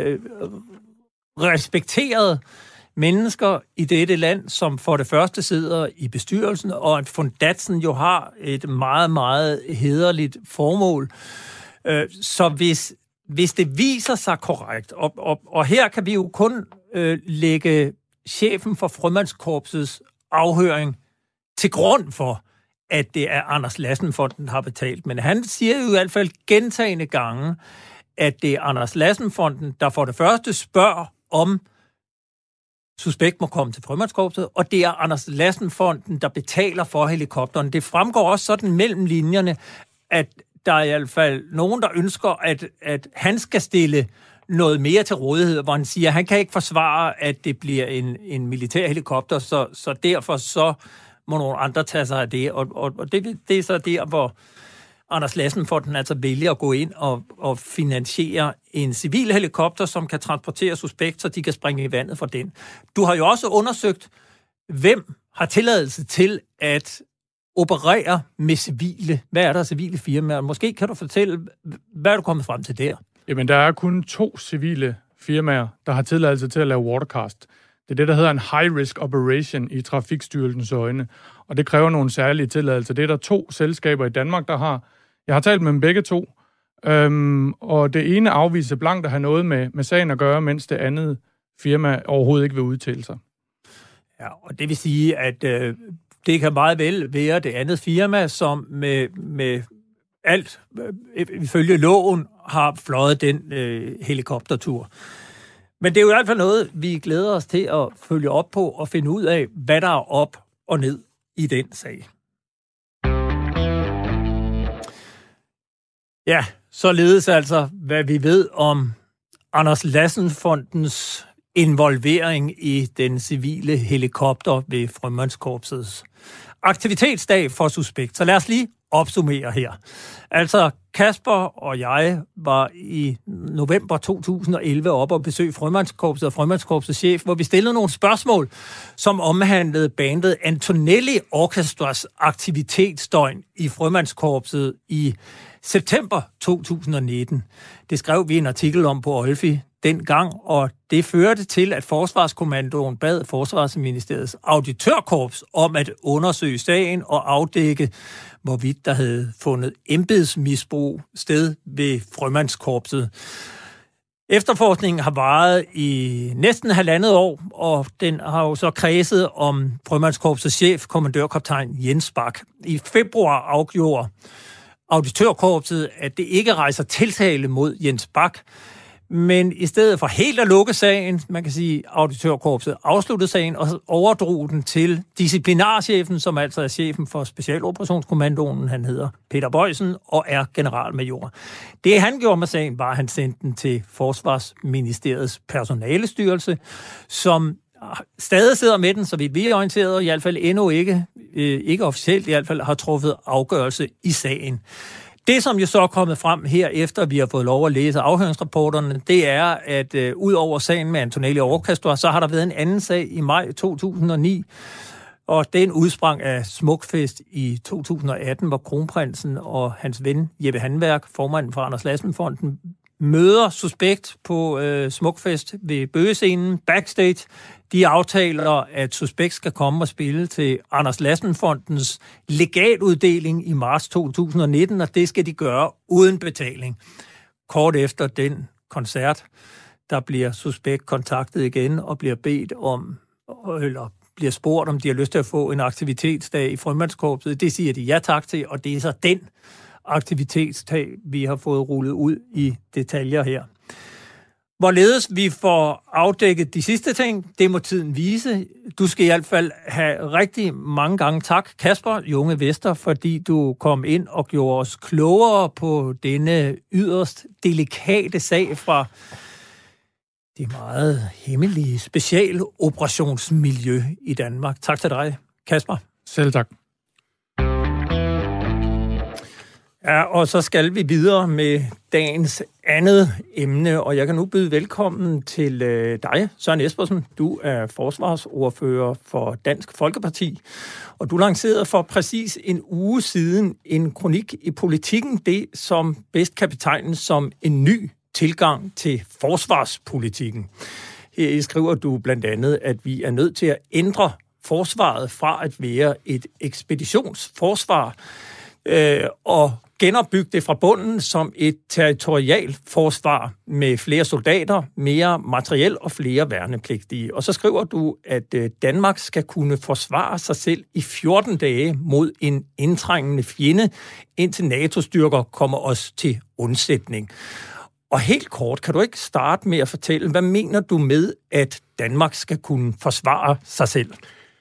respekterede mennesker i dette land, som for det første sidder i bestyrelsen, og at fondatsen jo har et meget, meget hæderligt formål. Så hvis det viser sig korrekt, og her kan vi jo kun lægge chefen for Frømandskorpsets afhøring til grund for, at det er Anders Lassen-fonden, der har betalt. Men han siger jo i hvert fald gentagne gange, at det er Anders Lassen-fonden, der for det første spørger om Suspekt må komme til Frømandskorpset, og det er Anders Lassen-fonden, der betaler for helikopteren. Det fremgår også sådan mellem linjerne, at der er i hvert fald nogen, der ønsker, at han skal stille noget mere til rådighed, hvor han siger, at han kan ikke forsvare, at det bliver en militær helikopter, så derfor så må nogle andre tage sig af det. Og det er så der, hvor Anders Lassen-fonden altså vælger at gå ind og finansiere en civil helikopter, som kan transportere Suspekt, så de kan springe i vandet fra den. Du har jo også undersøgt, hvem har tilladelse til at operere med civile. Hvad er der civile firmaer? Måske kan du fortælle, hvad er du kommet frem til der? Jamen, der er kun 2 civile firmaer, der har tilladelse til at lave watercast. Det er det, der hedder en high-risk operation i Trafikstyrelsens øjne, og det kræver nogle særlige tilladelser. Det er der 2 selskaber i Danmark, der har. Jeg har talt med dem begge 2, og det ene afviser blankt at have noget med sagen at gøre, mens det andet firma overhovedet ikke vil udtale sig. Ja, og det vil sige, at det kan meget vel være det andet firma, som med alt ifølge loven har fløjet den helikoptertur. Men det er jo i hvert fald noget, vi glæder os til at følge op på og finde ud af, hvad der er op og ned i den sag. Ja, således altså, hvad vi ved om Anders Lassen-fondens involvering i den civile helikopter ved Frømandskorpsets aktivitetsdag for Suspekt. Så lad os lige opsummere her. Altså, Kasper og jeg var i november 2011 oppe og besøgte Frømandskorpset og Frømandskorpsets chef, hvor vi stillede nogle spørgsmål, som omhandlede bandet Antonelli Orchestras aktivitetsdøgn i Frømandskorpset i september 2019. Det skrev vi en artikel om på Olfi dengang, og det førte til, at Forsvarskommandoen bad Forsvarsministeriets auditørkorps om at undersøge sagen og afdække, hvorvidt der havde fundet embedsmisbrug sted ved Frømandskorpset. Efterforskningen har varet i næsten 1,5 år, og den har jo så kredset om Frømandskorpsets chef, kommandørkaptajn Jens Bak. I februar afgjorde auditørkorpset, at det ikke rejser tiltale mod Jens Bak, Men i stedet for helt at lukke sagen, man kan sige, auditørkorpset afsluttede sagen og overdrog den til disciplinarchefen, som altså er chefen for Specialoperationskommandoen. Han hedder Peter Bøjsen og er generalmajor. Det han gjorde med sagen, var, at han sendte den til Forsvarsministeriets personalestyrelse, som stadig sidder med den, så vidt vi er orienteret, og i hvert fald endnu ikke officielt, i hvert fald har truffet afgørelse i sagen. Det, som jo så er kommet frem her, efter vi har fået lov at læse afhøringsrapporterne, det er, at ud over sagen med Antonelli Orchestra, så har der været en anden sag i maj 2009, og den udsprang af Smukfest i 2018, hvor kronprinsen og hans ven Jeppe Handværk, formanden for Anders Lassen-fonden, møder suspekt på Smukfest ved bøgescenen backstage. De aftaler, at suspekt skal komme og spille til Anders Lassen-fondens legatuddeling i marts 2019, og det skal de gøre uden betaling. Kort efter den koncert, der bliver suspekt kontaktet igen og bliver bedt om, eller bliver spurgt, om de har lyst til at få en aktivitetsdag i Frømandskorpset. Det siger de ja tak til, og det er så den aktivitetsdag, vi har fået rullet ud i detaljer her. Hvorledes vi får afdækket de sidste ting, det må tiden vise. Du skal i hvert fald have rigtig mange gange tak, Kasper Junge Vester, fordi du kom ind og gjorde os klogere på denne yderst delikate sag fra det meget hemmelige specialoperationsmiljø i Danmark. Tak til dig, Kasper. Selv tak. Ja, og så skal vi videre med dagens andet emne, og jeg kan nu byde velkommen til dig, Søren Espersen. Du er forsvarsordfører for Dansk Folkeparti, og du lancerede for præcis en uge siden en kronik i Politikken, det som bedst kan betegnes som en ny tilgang til forsvarspolitikken. Her skriver du blandt andet, at vi er nødt til at ændre forsvaret fra at være et ekspeditionsforsvar og genopbygge det fra bunden som et territorialt forsvar med flere soldater, mere materiel og flere værnepligtige. Og så skriver du, at Danmark skal kunne forsvare sig selv i 14 dage mod en indtrængende fjende, indtil NATO-styrker kommer os til undsætning. Og helt kort, kan du ikke starte med at fortælle, hvad mener du med, at Danmark skal kunne forsvare sig selv?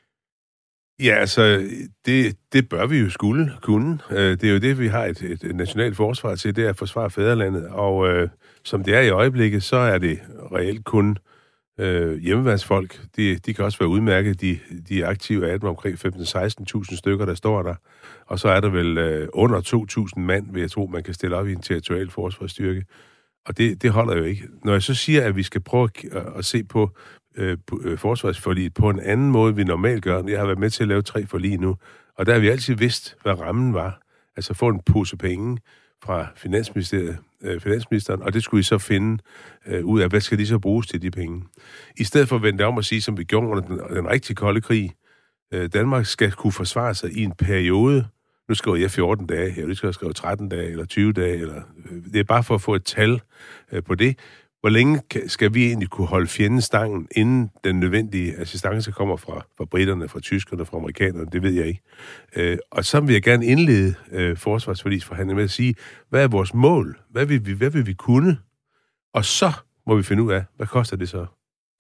Ja, altså, det bør vi jo kunne. Det er jo det, vi har et nationalt forsvar til, det er at forsvare fædrelandet. Og som det er i øjeblikket, så er det reelt kun hjemmeværnsfolk. De kan også være udmærket. De er aktive af dem omkring 15-16.000 stykker, der står der. Og så er der vel under 2.000 mand, vil jeg tro, man kan stille op i en territorial forsvarsstyrke. Og det holder jo ikke. Når jeg så siger, at vi skal prøve at se på forsvarsforliget på en anden måde, vi normalt gør. Jeg har været med til at lave 3 forlig nu, og der har vi altid vidst, hvad rammen var. Altså få en pose penge fra finansministeren, og det skulle vi så finde ud af, hvad skal de så bruges til, de penge. I stedet for at vende om at sige, som vi gjorde under den rigtig kolde krig, Danmark skal kunne forsvare sig i en periode. Nu skriver jeg 14 dage, jeg skal skrive 13 dage, eller 20 dage, eller det er bare for at få et tal på det. Hvor længe skal vi egentlig kunne holde fjenden stangen, inden den nødvendige assistance kommer fra britterne, fra tyskerne, fra amerikanerne? Det ved jeg ikke. Og så vil jeg gerne indlede forsvarsforligsforhandlingen med at sige, hvad er vores mål? Hvad vil vi kunne? Og så må vi finde ud af, hvad koster det så?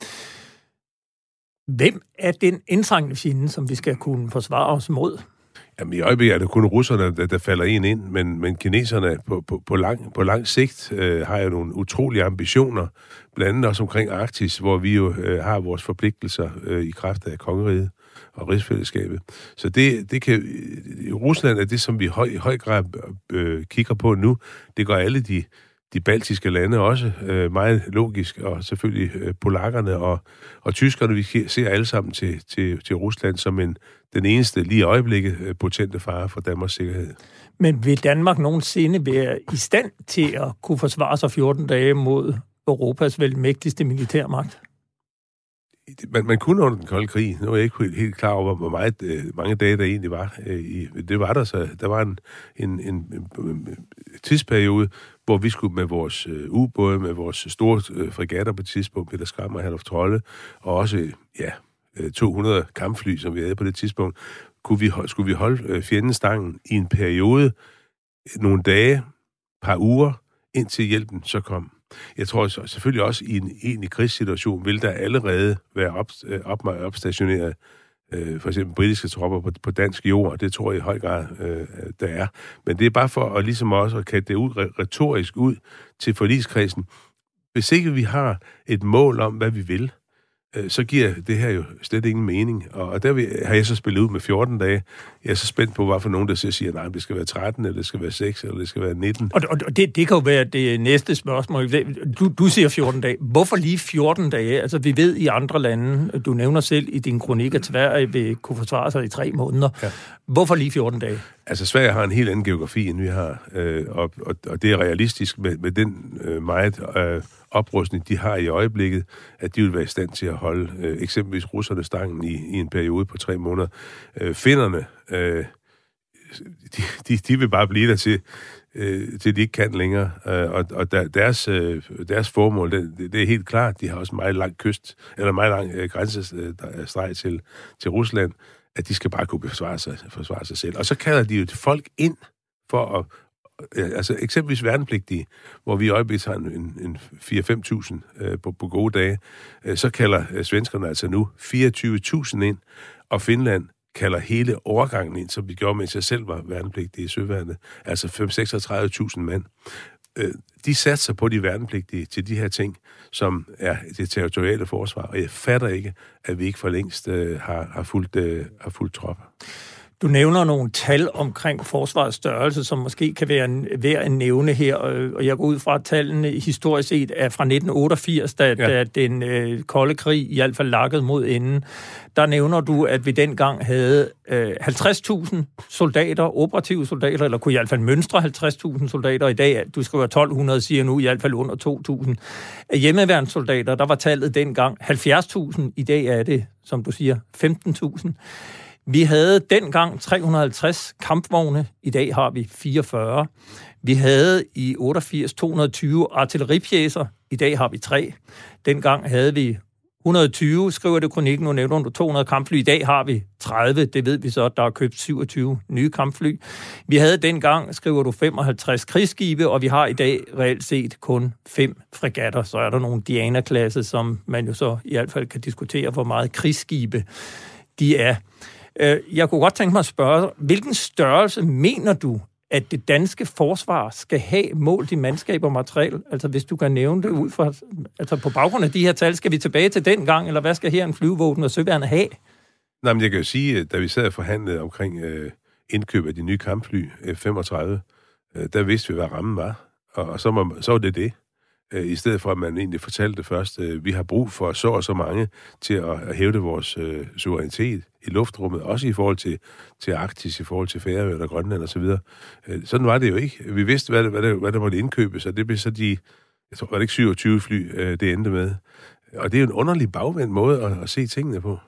Hvem er den indtrængende fjende, som vi skal kunne forsvare os mod? Jamen, i øjeblikket er det kun russerne, der falder ind, men kineserne på lang sigt har jo nogle utrolige ambitioner, blandt andet også omkring Arktis, hvor vi jo har vores forpligtelser i kraft af kongeriget og rigsfællesskabet. Så det kan Rusland er det, som vi i høj grad kigger på nu. Det gør alle de baltiske lande også meget logisk, og selvfølgelig polakkerne og tyskerne, vi ser alle sammen til Rusland som den eneste lige i øjeblikket potente fare for Danmarks sikkerhed. Men vil Danmark nogensinde være i stand til at kunne forsvare sig 14 dage mod Europas vel mægtigste militærmagt? Man kunne under den kolde krig. Nu er jeg ikke helt klar over, hvor mange dage der egentlig var. Det var der så. Der var en tidsperiode, hvor vi skulle med vores ubåde, med vores store fregatter på et tidspunkt, Peter Skram og Herluf Trolle, og også 200 kampfly, som vi havde på det tidspunkt, skulle vi holde fjenden stangen i en periode, nogle dage, par uger, indtil hjælpen så kom. Jeg tror selvfølgelig også, i en egentlig krigssituation vil der allerede være opstationeret for eksempel britiske tropper på dansk jord. Det tror jeg i høj grad, der er. Men det er bare for at ligesom også at kalde det ud retorisk ud til forligskredsen. Hvis ikke vi har et mål om, hvad vi vil, så giver det her jo slet ingen mening. Og der har jeg så spillet ud med 14 dage. Jeg er så spændt på, hvorfor nogen der siger, nej, det skal være 13, eller det skal være 6, eller det skal være 19. Og det kan jo være det næste spørgsmål. Du siger 14 dage. Hvorfor lige 14 dage? Altså, vi ved i andre lande, du nævner selv i din kronik, at Sverige vil kunne forsvare sig i 3 måneder. Ja. Hvorfor lige 14 dage? Altså, Sverige har en helt anden geografi, end vi har. Og det er realistisk med den meget oprustning, de har i øjeblikket, at de vil være i stand til at holde eksempelvis russerne stangen i en periode på 3 måneder. Finnerne, de vil bare blive der til de ikke kan længere. Og deres formål, det er helt klart, de har også meget lang kyst, eller meget lang grænsestreg til Rusland, at de skal bare kunne forsvare sig selv. Og så kalder de jo folk ind for at altså eksempelvis værnepligtige, hvor vi i øjeblikket har en 4-5.000 på gode dage, så kalder svenskerne altså nu 24.000 ind, og Finland kalder hele overgangen ind, som vi gjorde, mens jeg selv var værnepligtig i Søværnet, altså 36.000 mand. De satser på de værnepligtige til de her ting, som er det territoriale forsvar, og jeg fatter ikke, at vi ikke for længst har fuldt tropper. Du nævner nogle tal omkring forsvarets størrelse, som måske kan være værd at nævne her, og jeg går ud fra, at tallene historisk set er fra 1988, da den kolde krig i hvert fald lakkede mod enden. Der nævner du, at vi dengang havde 50.000 soldater, operative soldater, eller kunne i hvert fald mønstre 50.000 soldater. I dag, du skriver 1.200, siger nu i hvert fald under 2.000. Af hjemmeværnssoldater, der var tallet dengang 70.000. I dag er det, som du siger, 15.000. Vi havde dengang 350 kampvogne, i dag har vi 44. Vi havde i 88 220 artilleripjæser, i dag har vi 3. Dengang havde vi 120, skriver det kronikken, nu nævner du 200 kampfly, i dag har vi 30, det ved vi så, at der er købt 27 nye kampfly. Vi havde dengang, skriver du, 55 krigsskibe, og vi har i dag reelt set kun 5 fregatter. Så er der nogle Diana-klasse, som man jo så i hvert fald kan diskutere, hvor meget krigsskibe de er. Jeg kunne godt tænke mig at spørge, hvilken størrelse mener du, at det danske forsvar skal have målt i mandskab og materiel? Altså hvis du kan nævne det ud fra, altså på baggrund af de her tal, skal vi tilbage til den gang, eller hvad skal her en flyvevåben og søværnet have? Nej, men jeg kan jo sige, da vi sad og forhandlede omkring indkøb af de nye kampfly, F-35, der vidste vi, hvad rammen var, og så var det. I stedet for, at man egentlig fortalte først, vi har brug for så og så mange til at hævde vores suverænitet i luftrummet, også i forhold til Arktis, i forhold til Færøerne og Grønland osv. Sådan var det jo ikke. Vi vidste, hvad der måtte indkøbes, og det blev så jeg tror, var det ikke 27 fly, det endte med. Og det er jo en underlig bagvendt måde at se tingene på.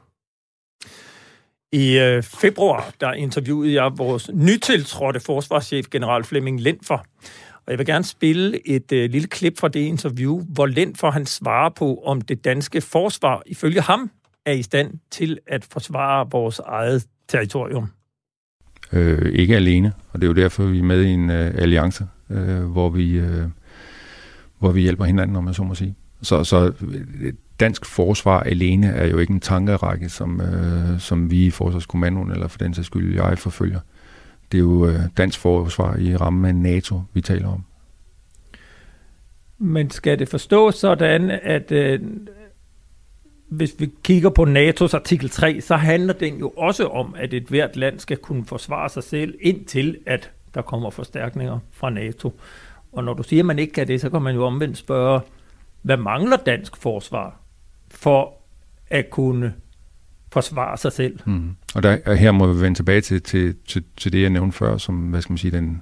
I februar, der interviewede jeg vores nytiltrådte forsvarschef, general Flemming Lentfer. Og jeg vil gerne spille et lille klip fra det interview, hvor Lentfer han svarer på, om det danske forsvar, ifølge ham, er i stand til at forsvare vores eget territorium. Ikke alene, og det er jo derfor, vi er med i en alliance, hvor vi hjælper hinanden, om man så må sige. Så dansk forsvar alene er jo ikke en tankerække, som vi i Forsvarskommandoen, eller for den sags skyld jeg forfølger. Det er jo dansk forsvar i rammen af NATO, vi taler om. Men skal det forstås sådan, at hvis vi kigger på NATO's artikel 3, så handler den jo også om, at et hvert land skal kunne forsvare sig selv, indtil at der kommer forstærkninger fra NATO. Og når du siger, at man ikke kan det, så kan man jo omvendt spørge, hvad mangler dansk forsvar for at kunne forsvare sig selv? Og her må vi vende tilbage til det, jeg nævnte før, som, hvad skal man sige,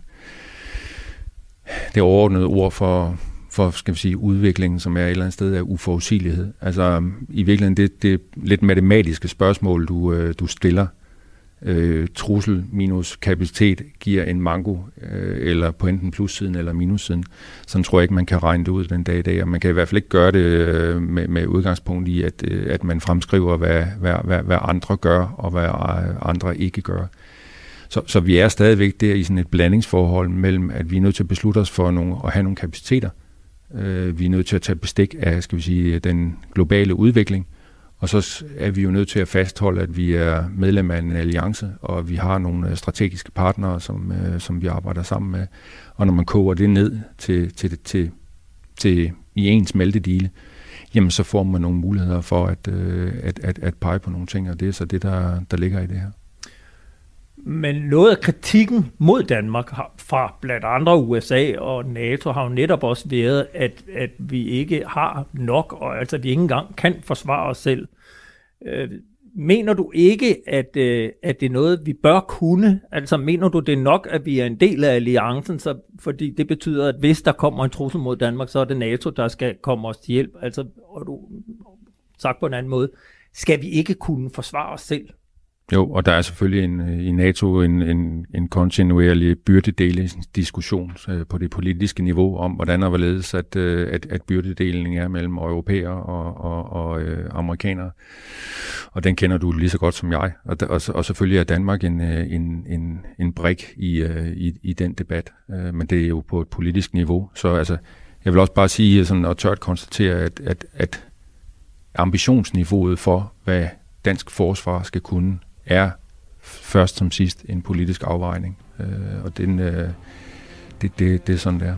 det overordnede ord for skal vi sige, udviklingen, som er et eller andet sted af uforudsigelighed. Altså i virkeligheden, det lidt matematiske spørgsmål, du stiller. Trussel minus kapacitet giver en manko, eller på enten plussiden eller minussiden. Sådan tror jeg ikke, man kan regne det ud den dag i dag, og man kan i hvert fald ikke gøre det med udgangspunkt i, at man fremskriver, hvad andre gør, og hvad andre ikke gør. Så vi er stadigvæk der i sådan et blandingsforhold mellem, at vi er nødt til at beslutte os for at have nogle kapaciteter, Vi er nødt til at tage bestik af, skal vi sige, den globale udvikling. Og så er vi jo nødt til at fastholde, at vi er medlem af en alliance, og vi har nogle strategiske partnere, som vi arbejder sammen med. Og når man koger det ned til i en smeltedile, jamen så får man nogle muligheder for at pege på nogle ting, og det er så det, der ligger i det her. Men noget af kritikken mod Danmark fra blandt andre USA og NATO har jo netop også været, at vi ikke har nok, og altså vi ikke engang kan forsvare os selv. Mener du ikke, at det er noget, vi bør kunne? Altså mener du det nok, at vi er en del af alliancen, fordi det betyder, at hvis der kommer en trussel mod Danmark, så er det NATO, der skal komme os til hjælp? Altså, og du sagt på en anden måde, skal vi ikke kunne forsvare os selv? Jo, og der er selvfølgelig i NATO en kontinuerlig byrdedelingsdiskussion på det politiske niveau om, hvordan og hvorledes at byrdedelingen er mellem europæer og amerikanere. Og den kender du lige så godt som jeg. Og selvfølgelig er Danmark en brik i den debat. Men det er jo på et politisk niveau. Så altså, jeg vil også bare sige sådan, og tørt konstatere, at ambitionsniveauet for, hvad dansk forsvar skal kunne, er først som sidst en politisk afvejning. Og det er sådan, det er.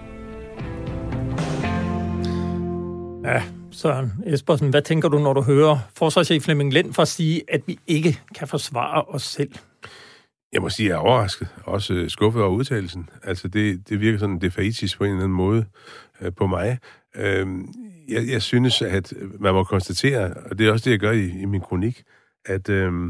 Ja, Søren Espersen, hvad tænker du, når du hører forsvarschef Flemming Lendfer sige, at vi ikke kan forsvare os selv? Jeg må sige, at jeg er overrasket. Også skuffet over udtalelsen. Altså, det virker sådan defaitisk på en eller anden måde på mig. Jeg synes, at man må konstatere, og det er også det, jeg gør i min kronik, at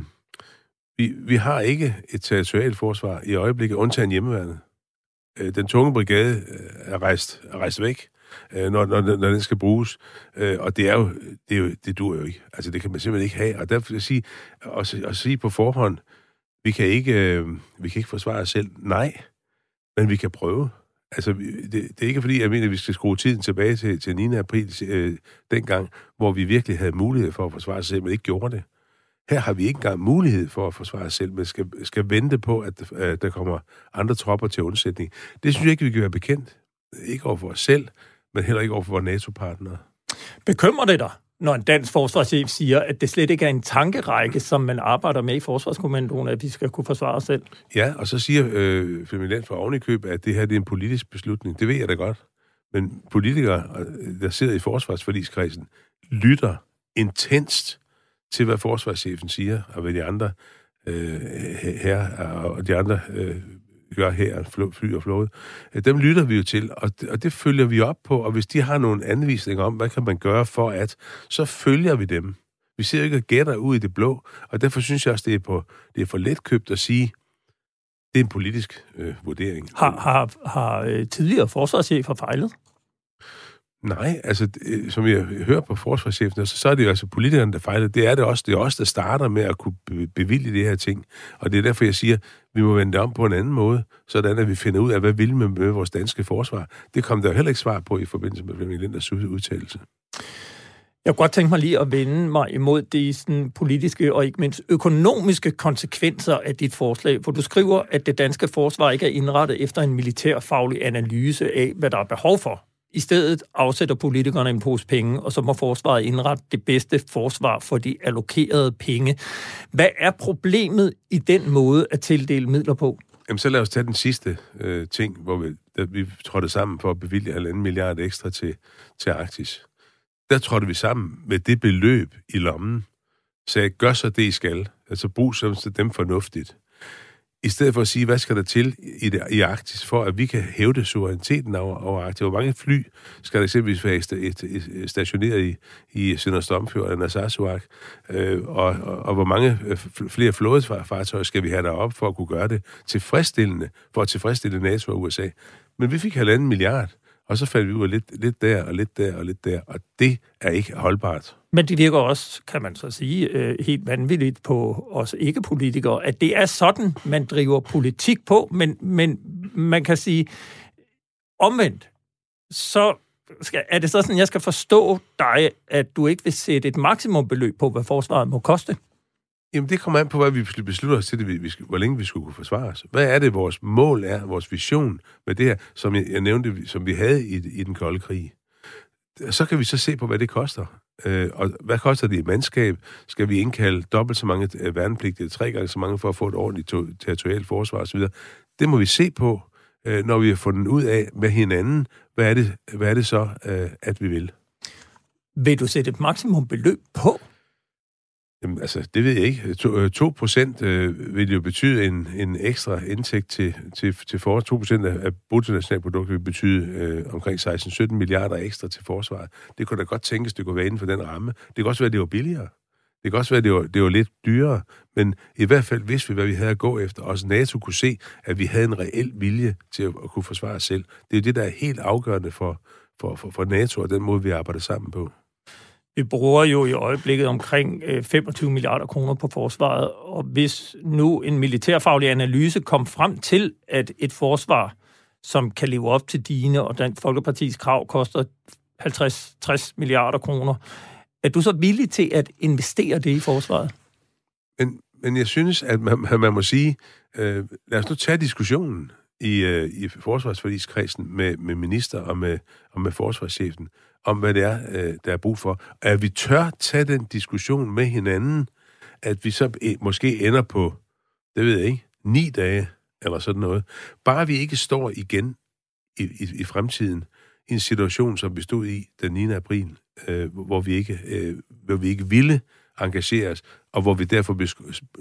vi har ikke et territorialt forsvar i øjeblikket, undtagen hjemmeværnet. Den tunge brigade er rejst væk, når den skal bruges, og det duer jo ikke. Altså, det kan man simpelthen ikke have. Og derfor vil jeg sige på forhånd, vi kan ikke forsvare os selv. Nej, men vi kan prøve. Altså, det er ikke fordi, jeg mener, at vi skal skrue tiden tilbage til 9. april dengang, hvor vi virkelig havde mulighed for at forsvare os selv, men ikke gjorde det. Her har vi ikke engang mulighed for at forsvare os selv, men skal vente på, at der kommer andre tropper til undsætning. Det synes jeg ikke, vi kan være bekendt. Ikke over for os selv, men heller ikke over for vores NATO-partnere. Bekymrer det dig, når en dansk forsvarschef siger, at det slet ikke er en tankerække, som man arbejder med i Forsvarskommandoen, at vi skal kunne forsvare os selv? Ja, og så siger Flemming Lendfer oven i køb, at det her det er en politisk beslutning. Det ved jeg da godt. Men politikere, der sidder i forsvarsforligskredsen, lytter intenst til, hvad forsvarschefen siger, og hvad de andre her og de andre gør her, fly og flåde. Dem lytter vi jo til, og det følger vi op på, og hvis de har nogle anvisninger om, hvad kan man gøre for at, så følger vi dem. Vi ser ikke og gætter ud i det blå, og derfor synes jeg også, det er for letkøbt at sige, det er en politisk vurdering. Har tidligere forsvarschefer fejlet? Nej, altså, som jeg hører på forsvarschefen, så er det jo altså politikerne, der fejler. Det er det også. Det er også der starter med at kunne bevilge det her ting. Og det er derfor, jeg siger, vi må vende det om på en anden måde, sådan at vi finder ud af, hvad vil vi med vores danske forsvar. Det kom der jo heller ikke svar på i forbindelse med Flemming Lendfers udtalelse. Jeg kunne godt tænke mig lige at vende mig imod de sådan, politiske og ikke mindst økonomiske konsekvenser af dit forslag, hvor du skriver, at det danske forsvar ikke er indrettet efter en militærfaglig analyse af, hvad der er behov for. I stedet afsætter politikerne en pose penge, og så må forsvaret indrette det bedste forsvar for de allokerede penge. Hvad er problemet i den måde at tildele midler på? Jamen, så lad os tage den sidste ting, hvor vi trådte sammen for at bevilge 1,5 milliard ekstra til Arktis. Der trådte vi sammen med det beløb i lommen, sagde, gør så det, I skal. Altså, brug så dem fornuftigt. I stedet for at sige, hvad skal der til i Arktis, for at vi kan hævde suveræniteten over Arktis. Hvor mange fly skal der eksempelvis være stationeret i Sønder Strømfjord eller Narsarsuaq, og hvor mange flere flådefartøjer skal vi have deroppe for at kunne gøre det tilfredsstillende, for at tilfredsstille NATO og USA. Men vi fik 1,5 milliard, og så faldt vi ud af lidt der, og lidt der, og lidt der, og det er ikke holdbart. Men det virker også, kan man så sige, helt vanvittigt på os ikke-politikere, at det er sådan, man driver politik på, men man kan sige, omvendt, så er det så sådan, jeg skal forstå dig, at du ikke vil sætte et maksimumbeløb på, hvad forsvaret må koste? Jamen, det kommer an på, hvad vi beslutter os til, hvor længe vi skulle kunne forsvare os. Hvad er det, vores mål er, vores vision med det her, som jeg nævnte, som vi havde i den kolde krig? Så kan vi så se på, hvad det koster. Og hvad koster det i mandskab? Skal vi indkalde dobbelt så mange værnepligtige, 3 gange så mange for at få et ordentligt territorialt forsvar osv.? Det må vi se på, når vi har fundet ud af med hinanden, hvad er det så, at vi vil. Vil du sætte et maksimum beløb på? Jamen, altså, det ved jeg ikke. 2% vil jo betyde en ekstra indtægt til for 2% af bruttonationalproduktet vil betyde omkring 16-17 milliarder ekstra til forsvaret. Det kunne da godt tænkes, det kunne være inden for den ramme. Det kan også være, det var billigere. Det kan også være, det var lidt dyrere. Men i hvert fald vidste vi, hvad vi havde at gå efter. Også NATO kunne se, at vi havde en reel vilje til at kunne forsvare os selv. Det er jo det, der er helt afgørende for NATO og den måde, vi arbejder sammen på. Vi bruger jo i øjeblikket omkring 25 milliarder kroner på forsvaret, og hvis nu en militærfaglig analyse kom frem til, at et forsvar, som kan leve op til dine og Dansk Folkepartis krav, koster 50-60 milliarder kroner, er du så villig til at investere det i forsvaret? Men jeg synes, at man må sige, lad os nu tage diskussionen i forsvarsforligskredsen med minister og med forsvarschefen, om hvad det er, der er brug for. At vi tør tage den diskussion med hinanden, at vi så måske ender på, det ved jeg ikke, 9 dage, eller sådan noget. Bare vi ikke står igen i fremtiden i en situation, som vi stod i den 9. april, hvor vi ikke ville engagere os, og hvor vi derfor blev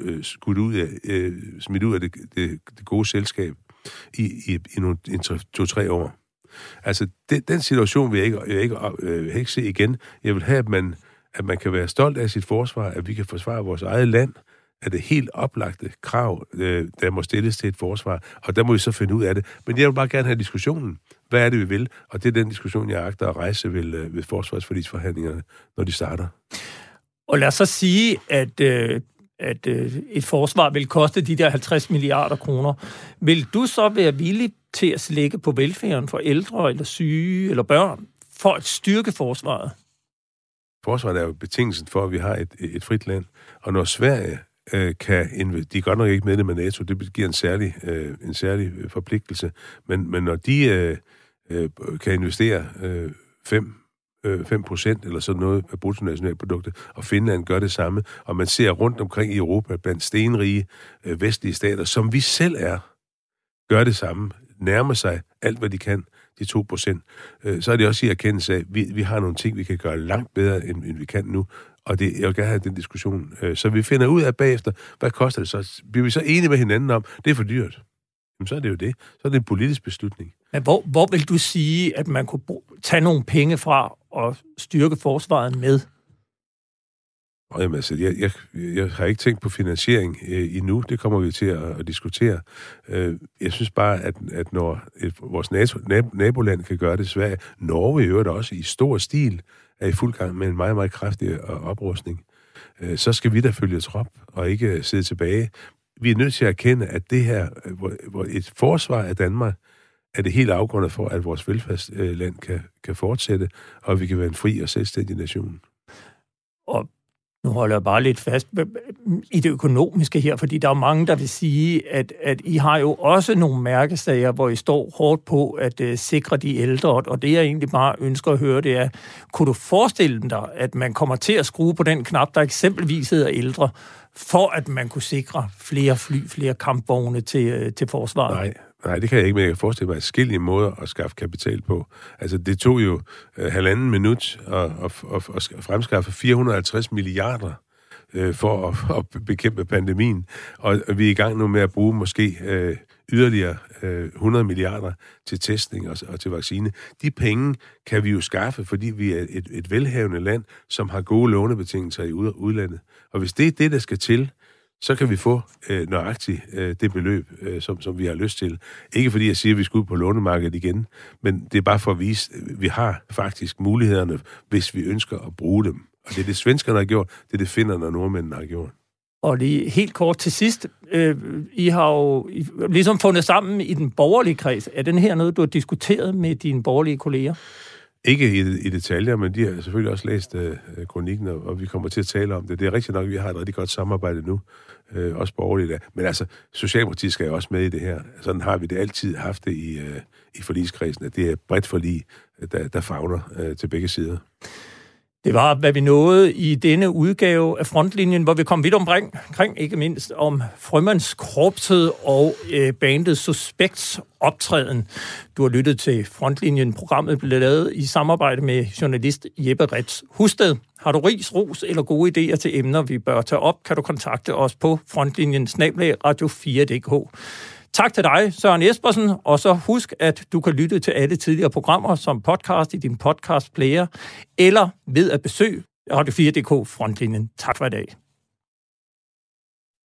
smidt ud af det gode selskab i nogle 2-3 år. Altså, den situation vil jeg ikke se igen. Jeg vil have, at man kan være stolt af sit forsvar, at vi kan forsvare vores eget land, at det helt oplagte krav, der må stilles til et forsvar, og der må vi så finde ud af det. Men jeg vil bare gerne have diskussionen. Hvad er det, vi vil? Og det er den diskussion, jeg agter at rejse ved forsvarsforligsforhandlingerne, når de starter. Og lad os så sige, at et forsvar vil koste de der 50 milliarder kroner. Vil du så være villig til at slække på velfærden for ældre eller syge eller børn for at styrke forsvaret? Forsvaret er jo betingelsen for, at vi har et frit land. Og når Sverige de er godt nok ikke medlem af NATO, det giver en særlig forpligtelse, men når de kan investere 5% eller sådan noget af bruttonationalproduktet, og Finland gør det samme, og man ser rundt omkring i Europa blandt stenrige vestlige stater, som vi selv er, gør det samme, nærmer sig alt, hvad de kan, de 2%, så er det også i erkendelse af, at vi har nogle ting, vi kan gøre langt bedre, end vi kan nu, og jeg vil gerne have den diskussion. Så vi finder ud af bagefter, hvad koster det så? Bliver vi så enige med hinanden om, det er for dyrt? Jamen, så er det jo det. Så er det en politisk beslutning. Men hvor vil du sige, at man kunne tage nogle penge fra og styrke forsvaret med? Jamen, altså, jeg har ikke tænkt på finansiering endnu. Det kommer vi til at diskutere. Jeg synes bare, at når vores naboland kan gøre det, Sverige, Norge i øvrigt også i stor stil, er i fuld gang med en meget, meget kraftig oprustning, så skal vi da følge trop og ikke sidde tilbage. Vi er nødt til at erkende, at det her, hvor et forsvar af Danmark, er det helt afgørende for, at vores velfærdsland kan fortsætte, og vi kan være en fri og selvstændig nation. Og nu holder jeg bare lidt fast i det økonomiske her, fordi der er mange, der vil sige, at I har jo også nogle mærkesager, hvor I står hårdt på at sikre de ældre, og det jeg egentlig bare ønsker at høre, det er, kunne du forestille dig, at man kommer til at skrue på den knap, der eksempelvis hedder ældre, for at man kunne sikre flere fly, flere kampvogne til forsvaret? Nej, det kan jeg ikke, men jeg kan forestille mig forskellige måder at skaffe kapital på. Altså, det tog jo 1,5 minut at fremskaffe 450 milliarder for at bekæmpe pandemien, og vi er i gang nu med at bruge måske yderligere 100 milliarder til testning og til vaccine. De penge kan vi jo skaffe, fordi vi er et velhavende land, som har gode lånebetingelser i udlandet. Og hvis det er det, der skal til, så kan vi få nøjagtigt det beløb, som vi har lyst til. Ikke fordi jeg siger, at vi skal ud på lånemarkedet igen, men det er bare for at vise, at vi har faktisk mulighederne, hvis vi ønsker at bruge dem. Og det er det, svenskerne har gjort, det er det, finnerne og nordmændene har gjort. Og lige helt kort til sidst, I har jo ligesom fundet sammen i den borgerlige kreds. Er den her noget, du har diskuteret med dine borgerlige kolleger? Ikke i detaljer, men de har selvfølgelig også læst kronikken, og vi kommer til at tale om det. Det er rigtigt nok, at vi har et rigtig godt samarbejde nu, også borgerligt der. Men altså, Socialdemokratiet skal jo også med i det her. Sådan har vi det altid haft det i forligskredsen, at det er bredt forlig, der favner til begge sider. Det var, hvad vi nåede i denne udgave af Frontlinjen, hvor vi kom vidt omkring, ikke mindst om Frømandskorpset og bandet Suspects optræden. Du har lyttet til Frontlinjen. Programmet blev lavet i samarbejde med journalist Jeppe Retz Husted. Har du ris, ros eller gode idéer til emner, vi bør tage op, kan du kontakte os på frontlinjen@radio4.dk. Tak til dig, Søren Espersen, og så husk, at du kan lytte til alle tidligere programmer som podcast i din podcastplayer, eller ved at besøge Radio4.dk Frontlinjen. Tak for i dag.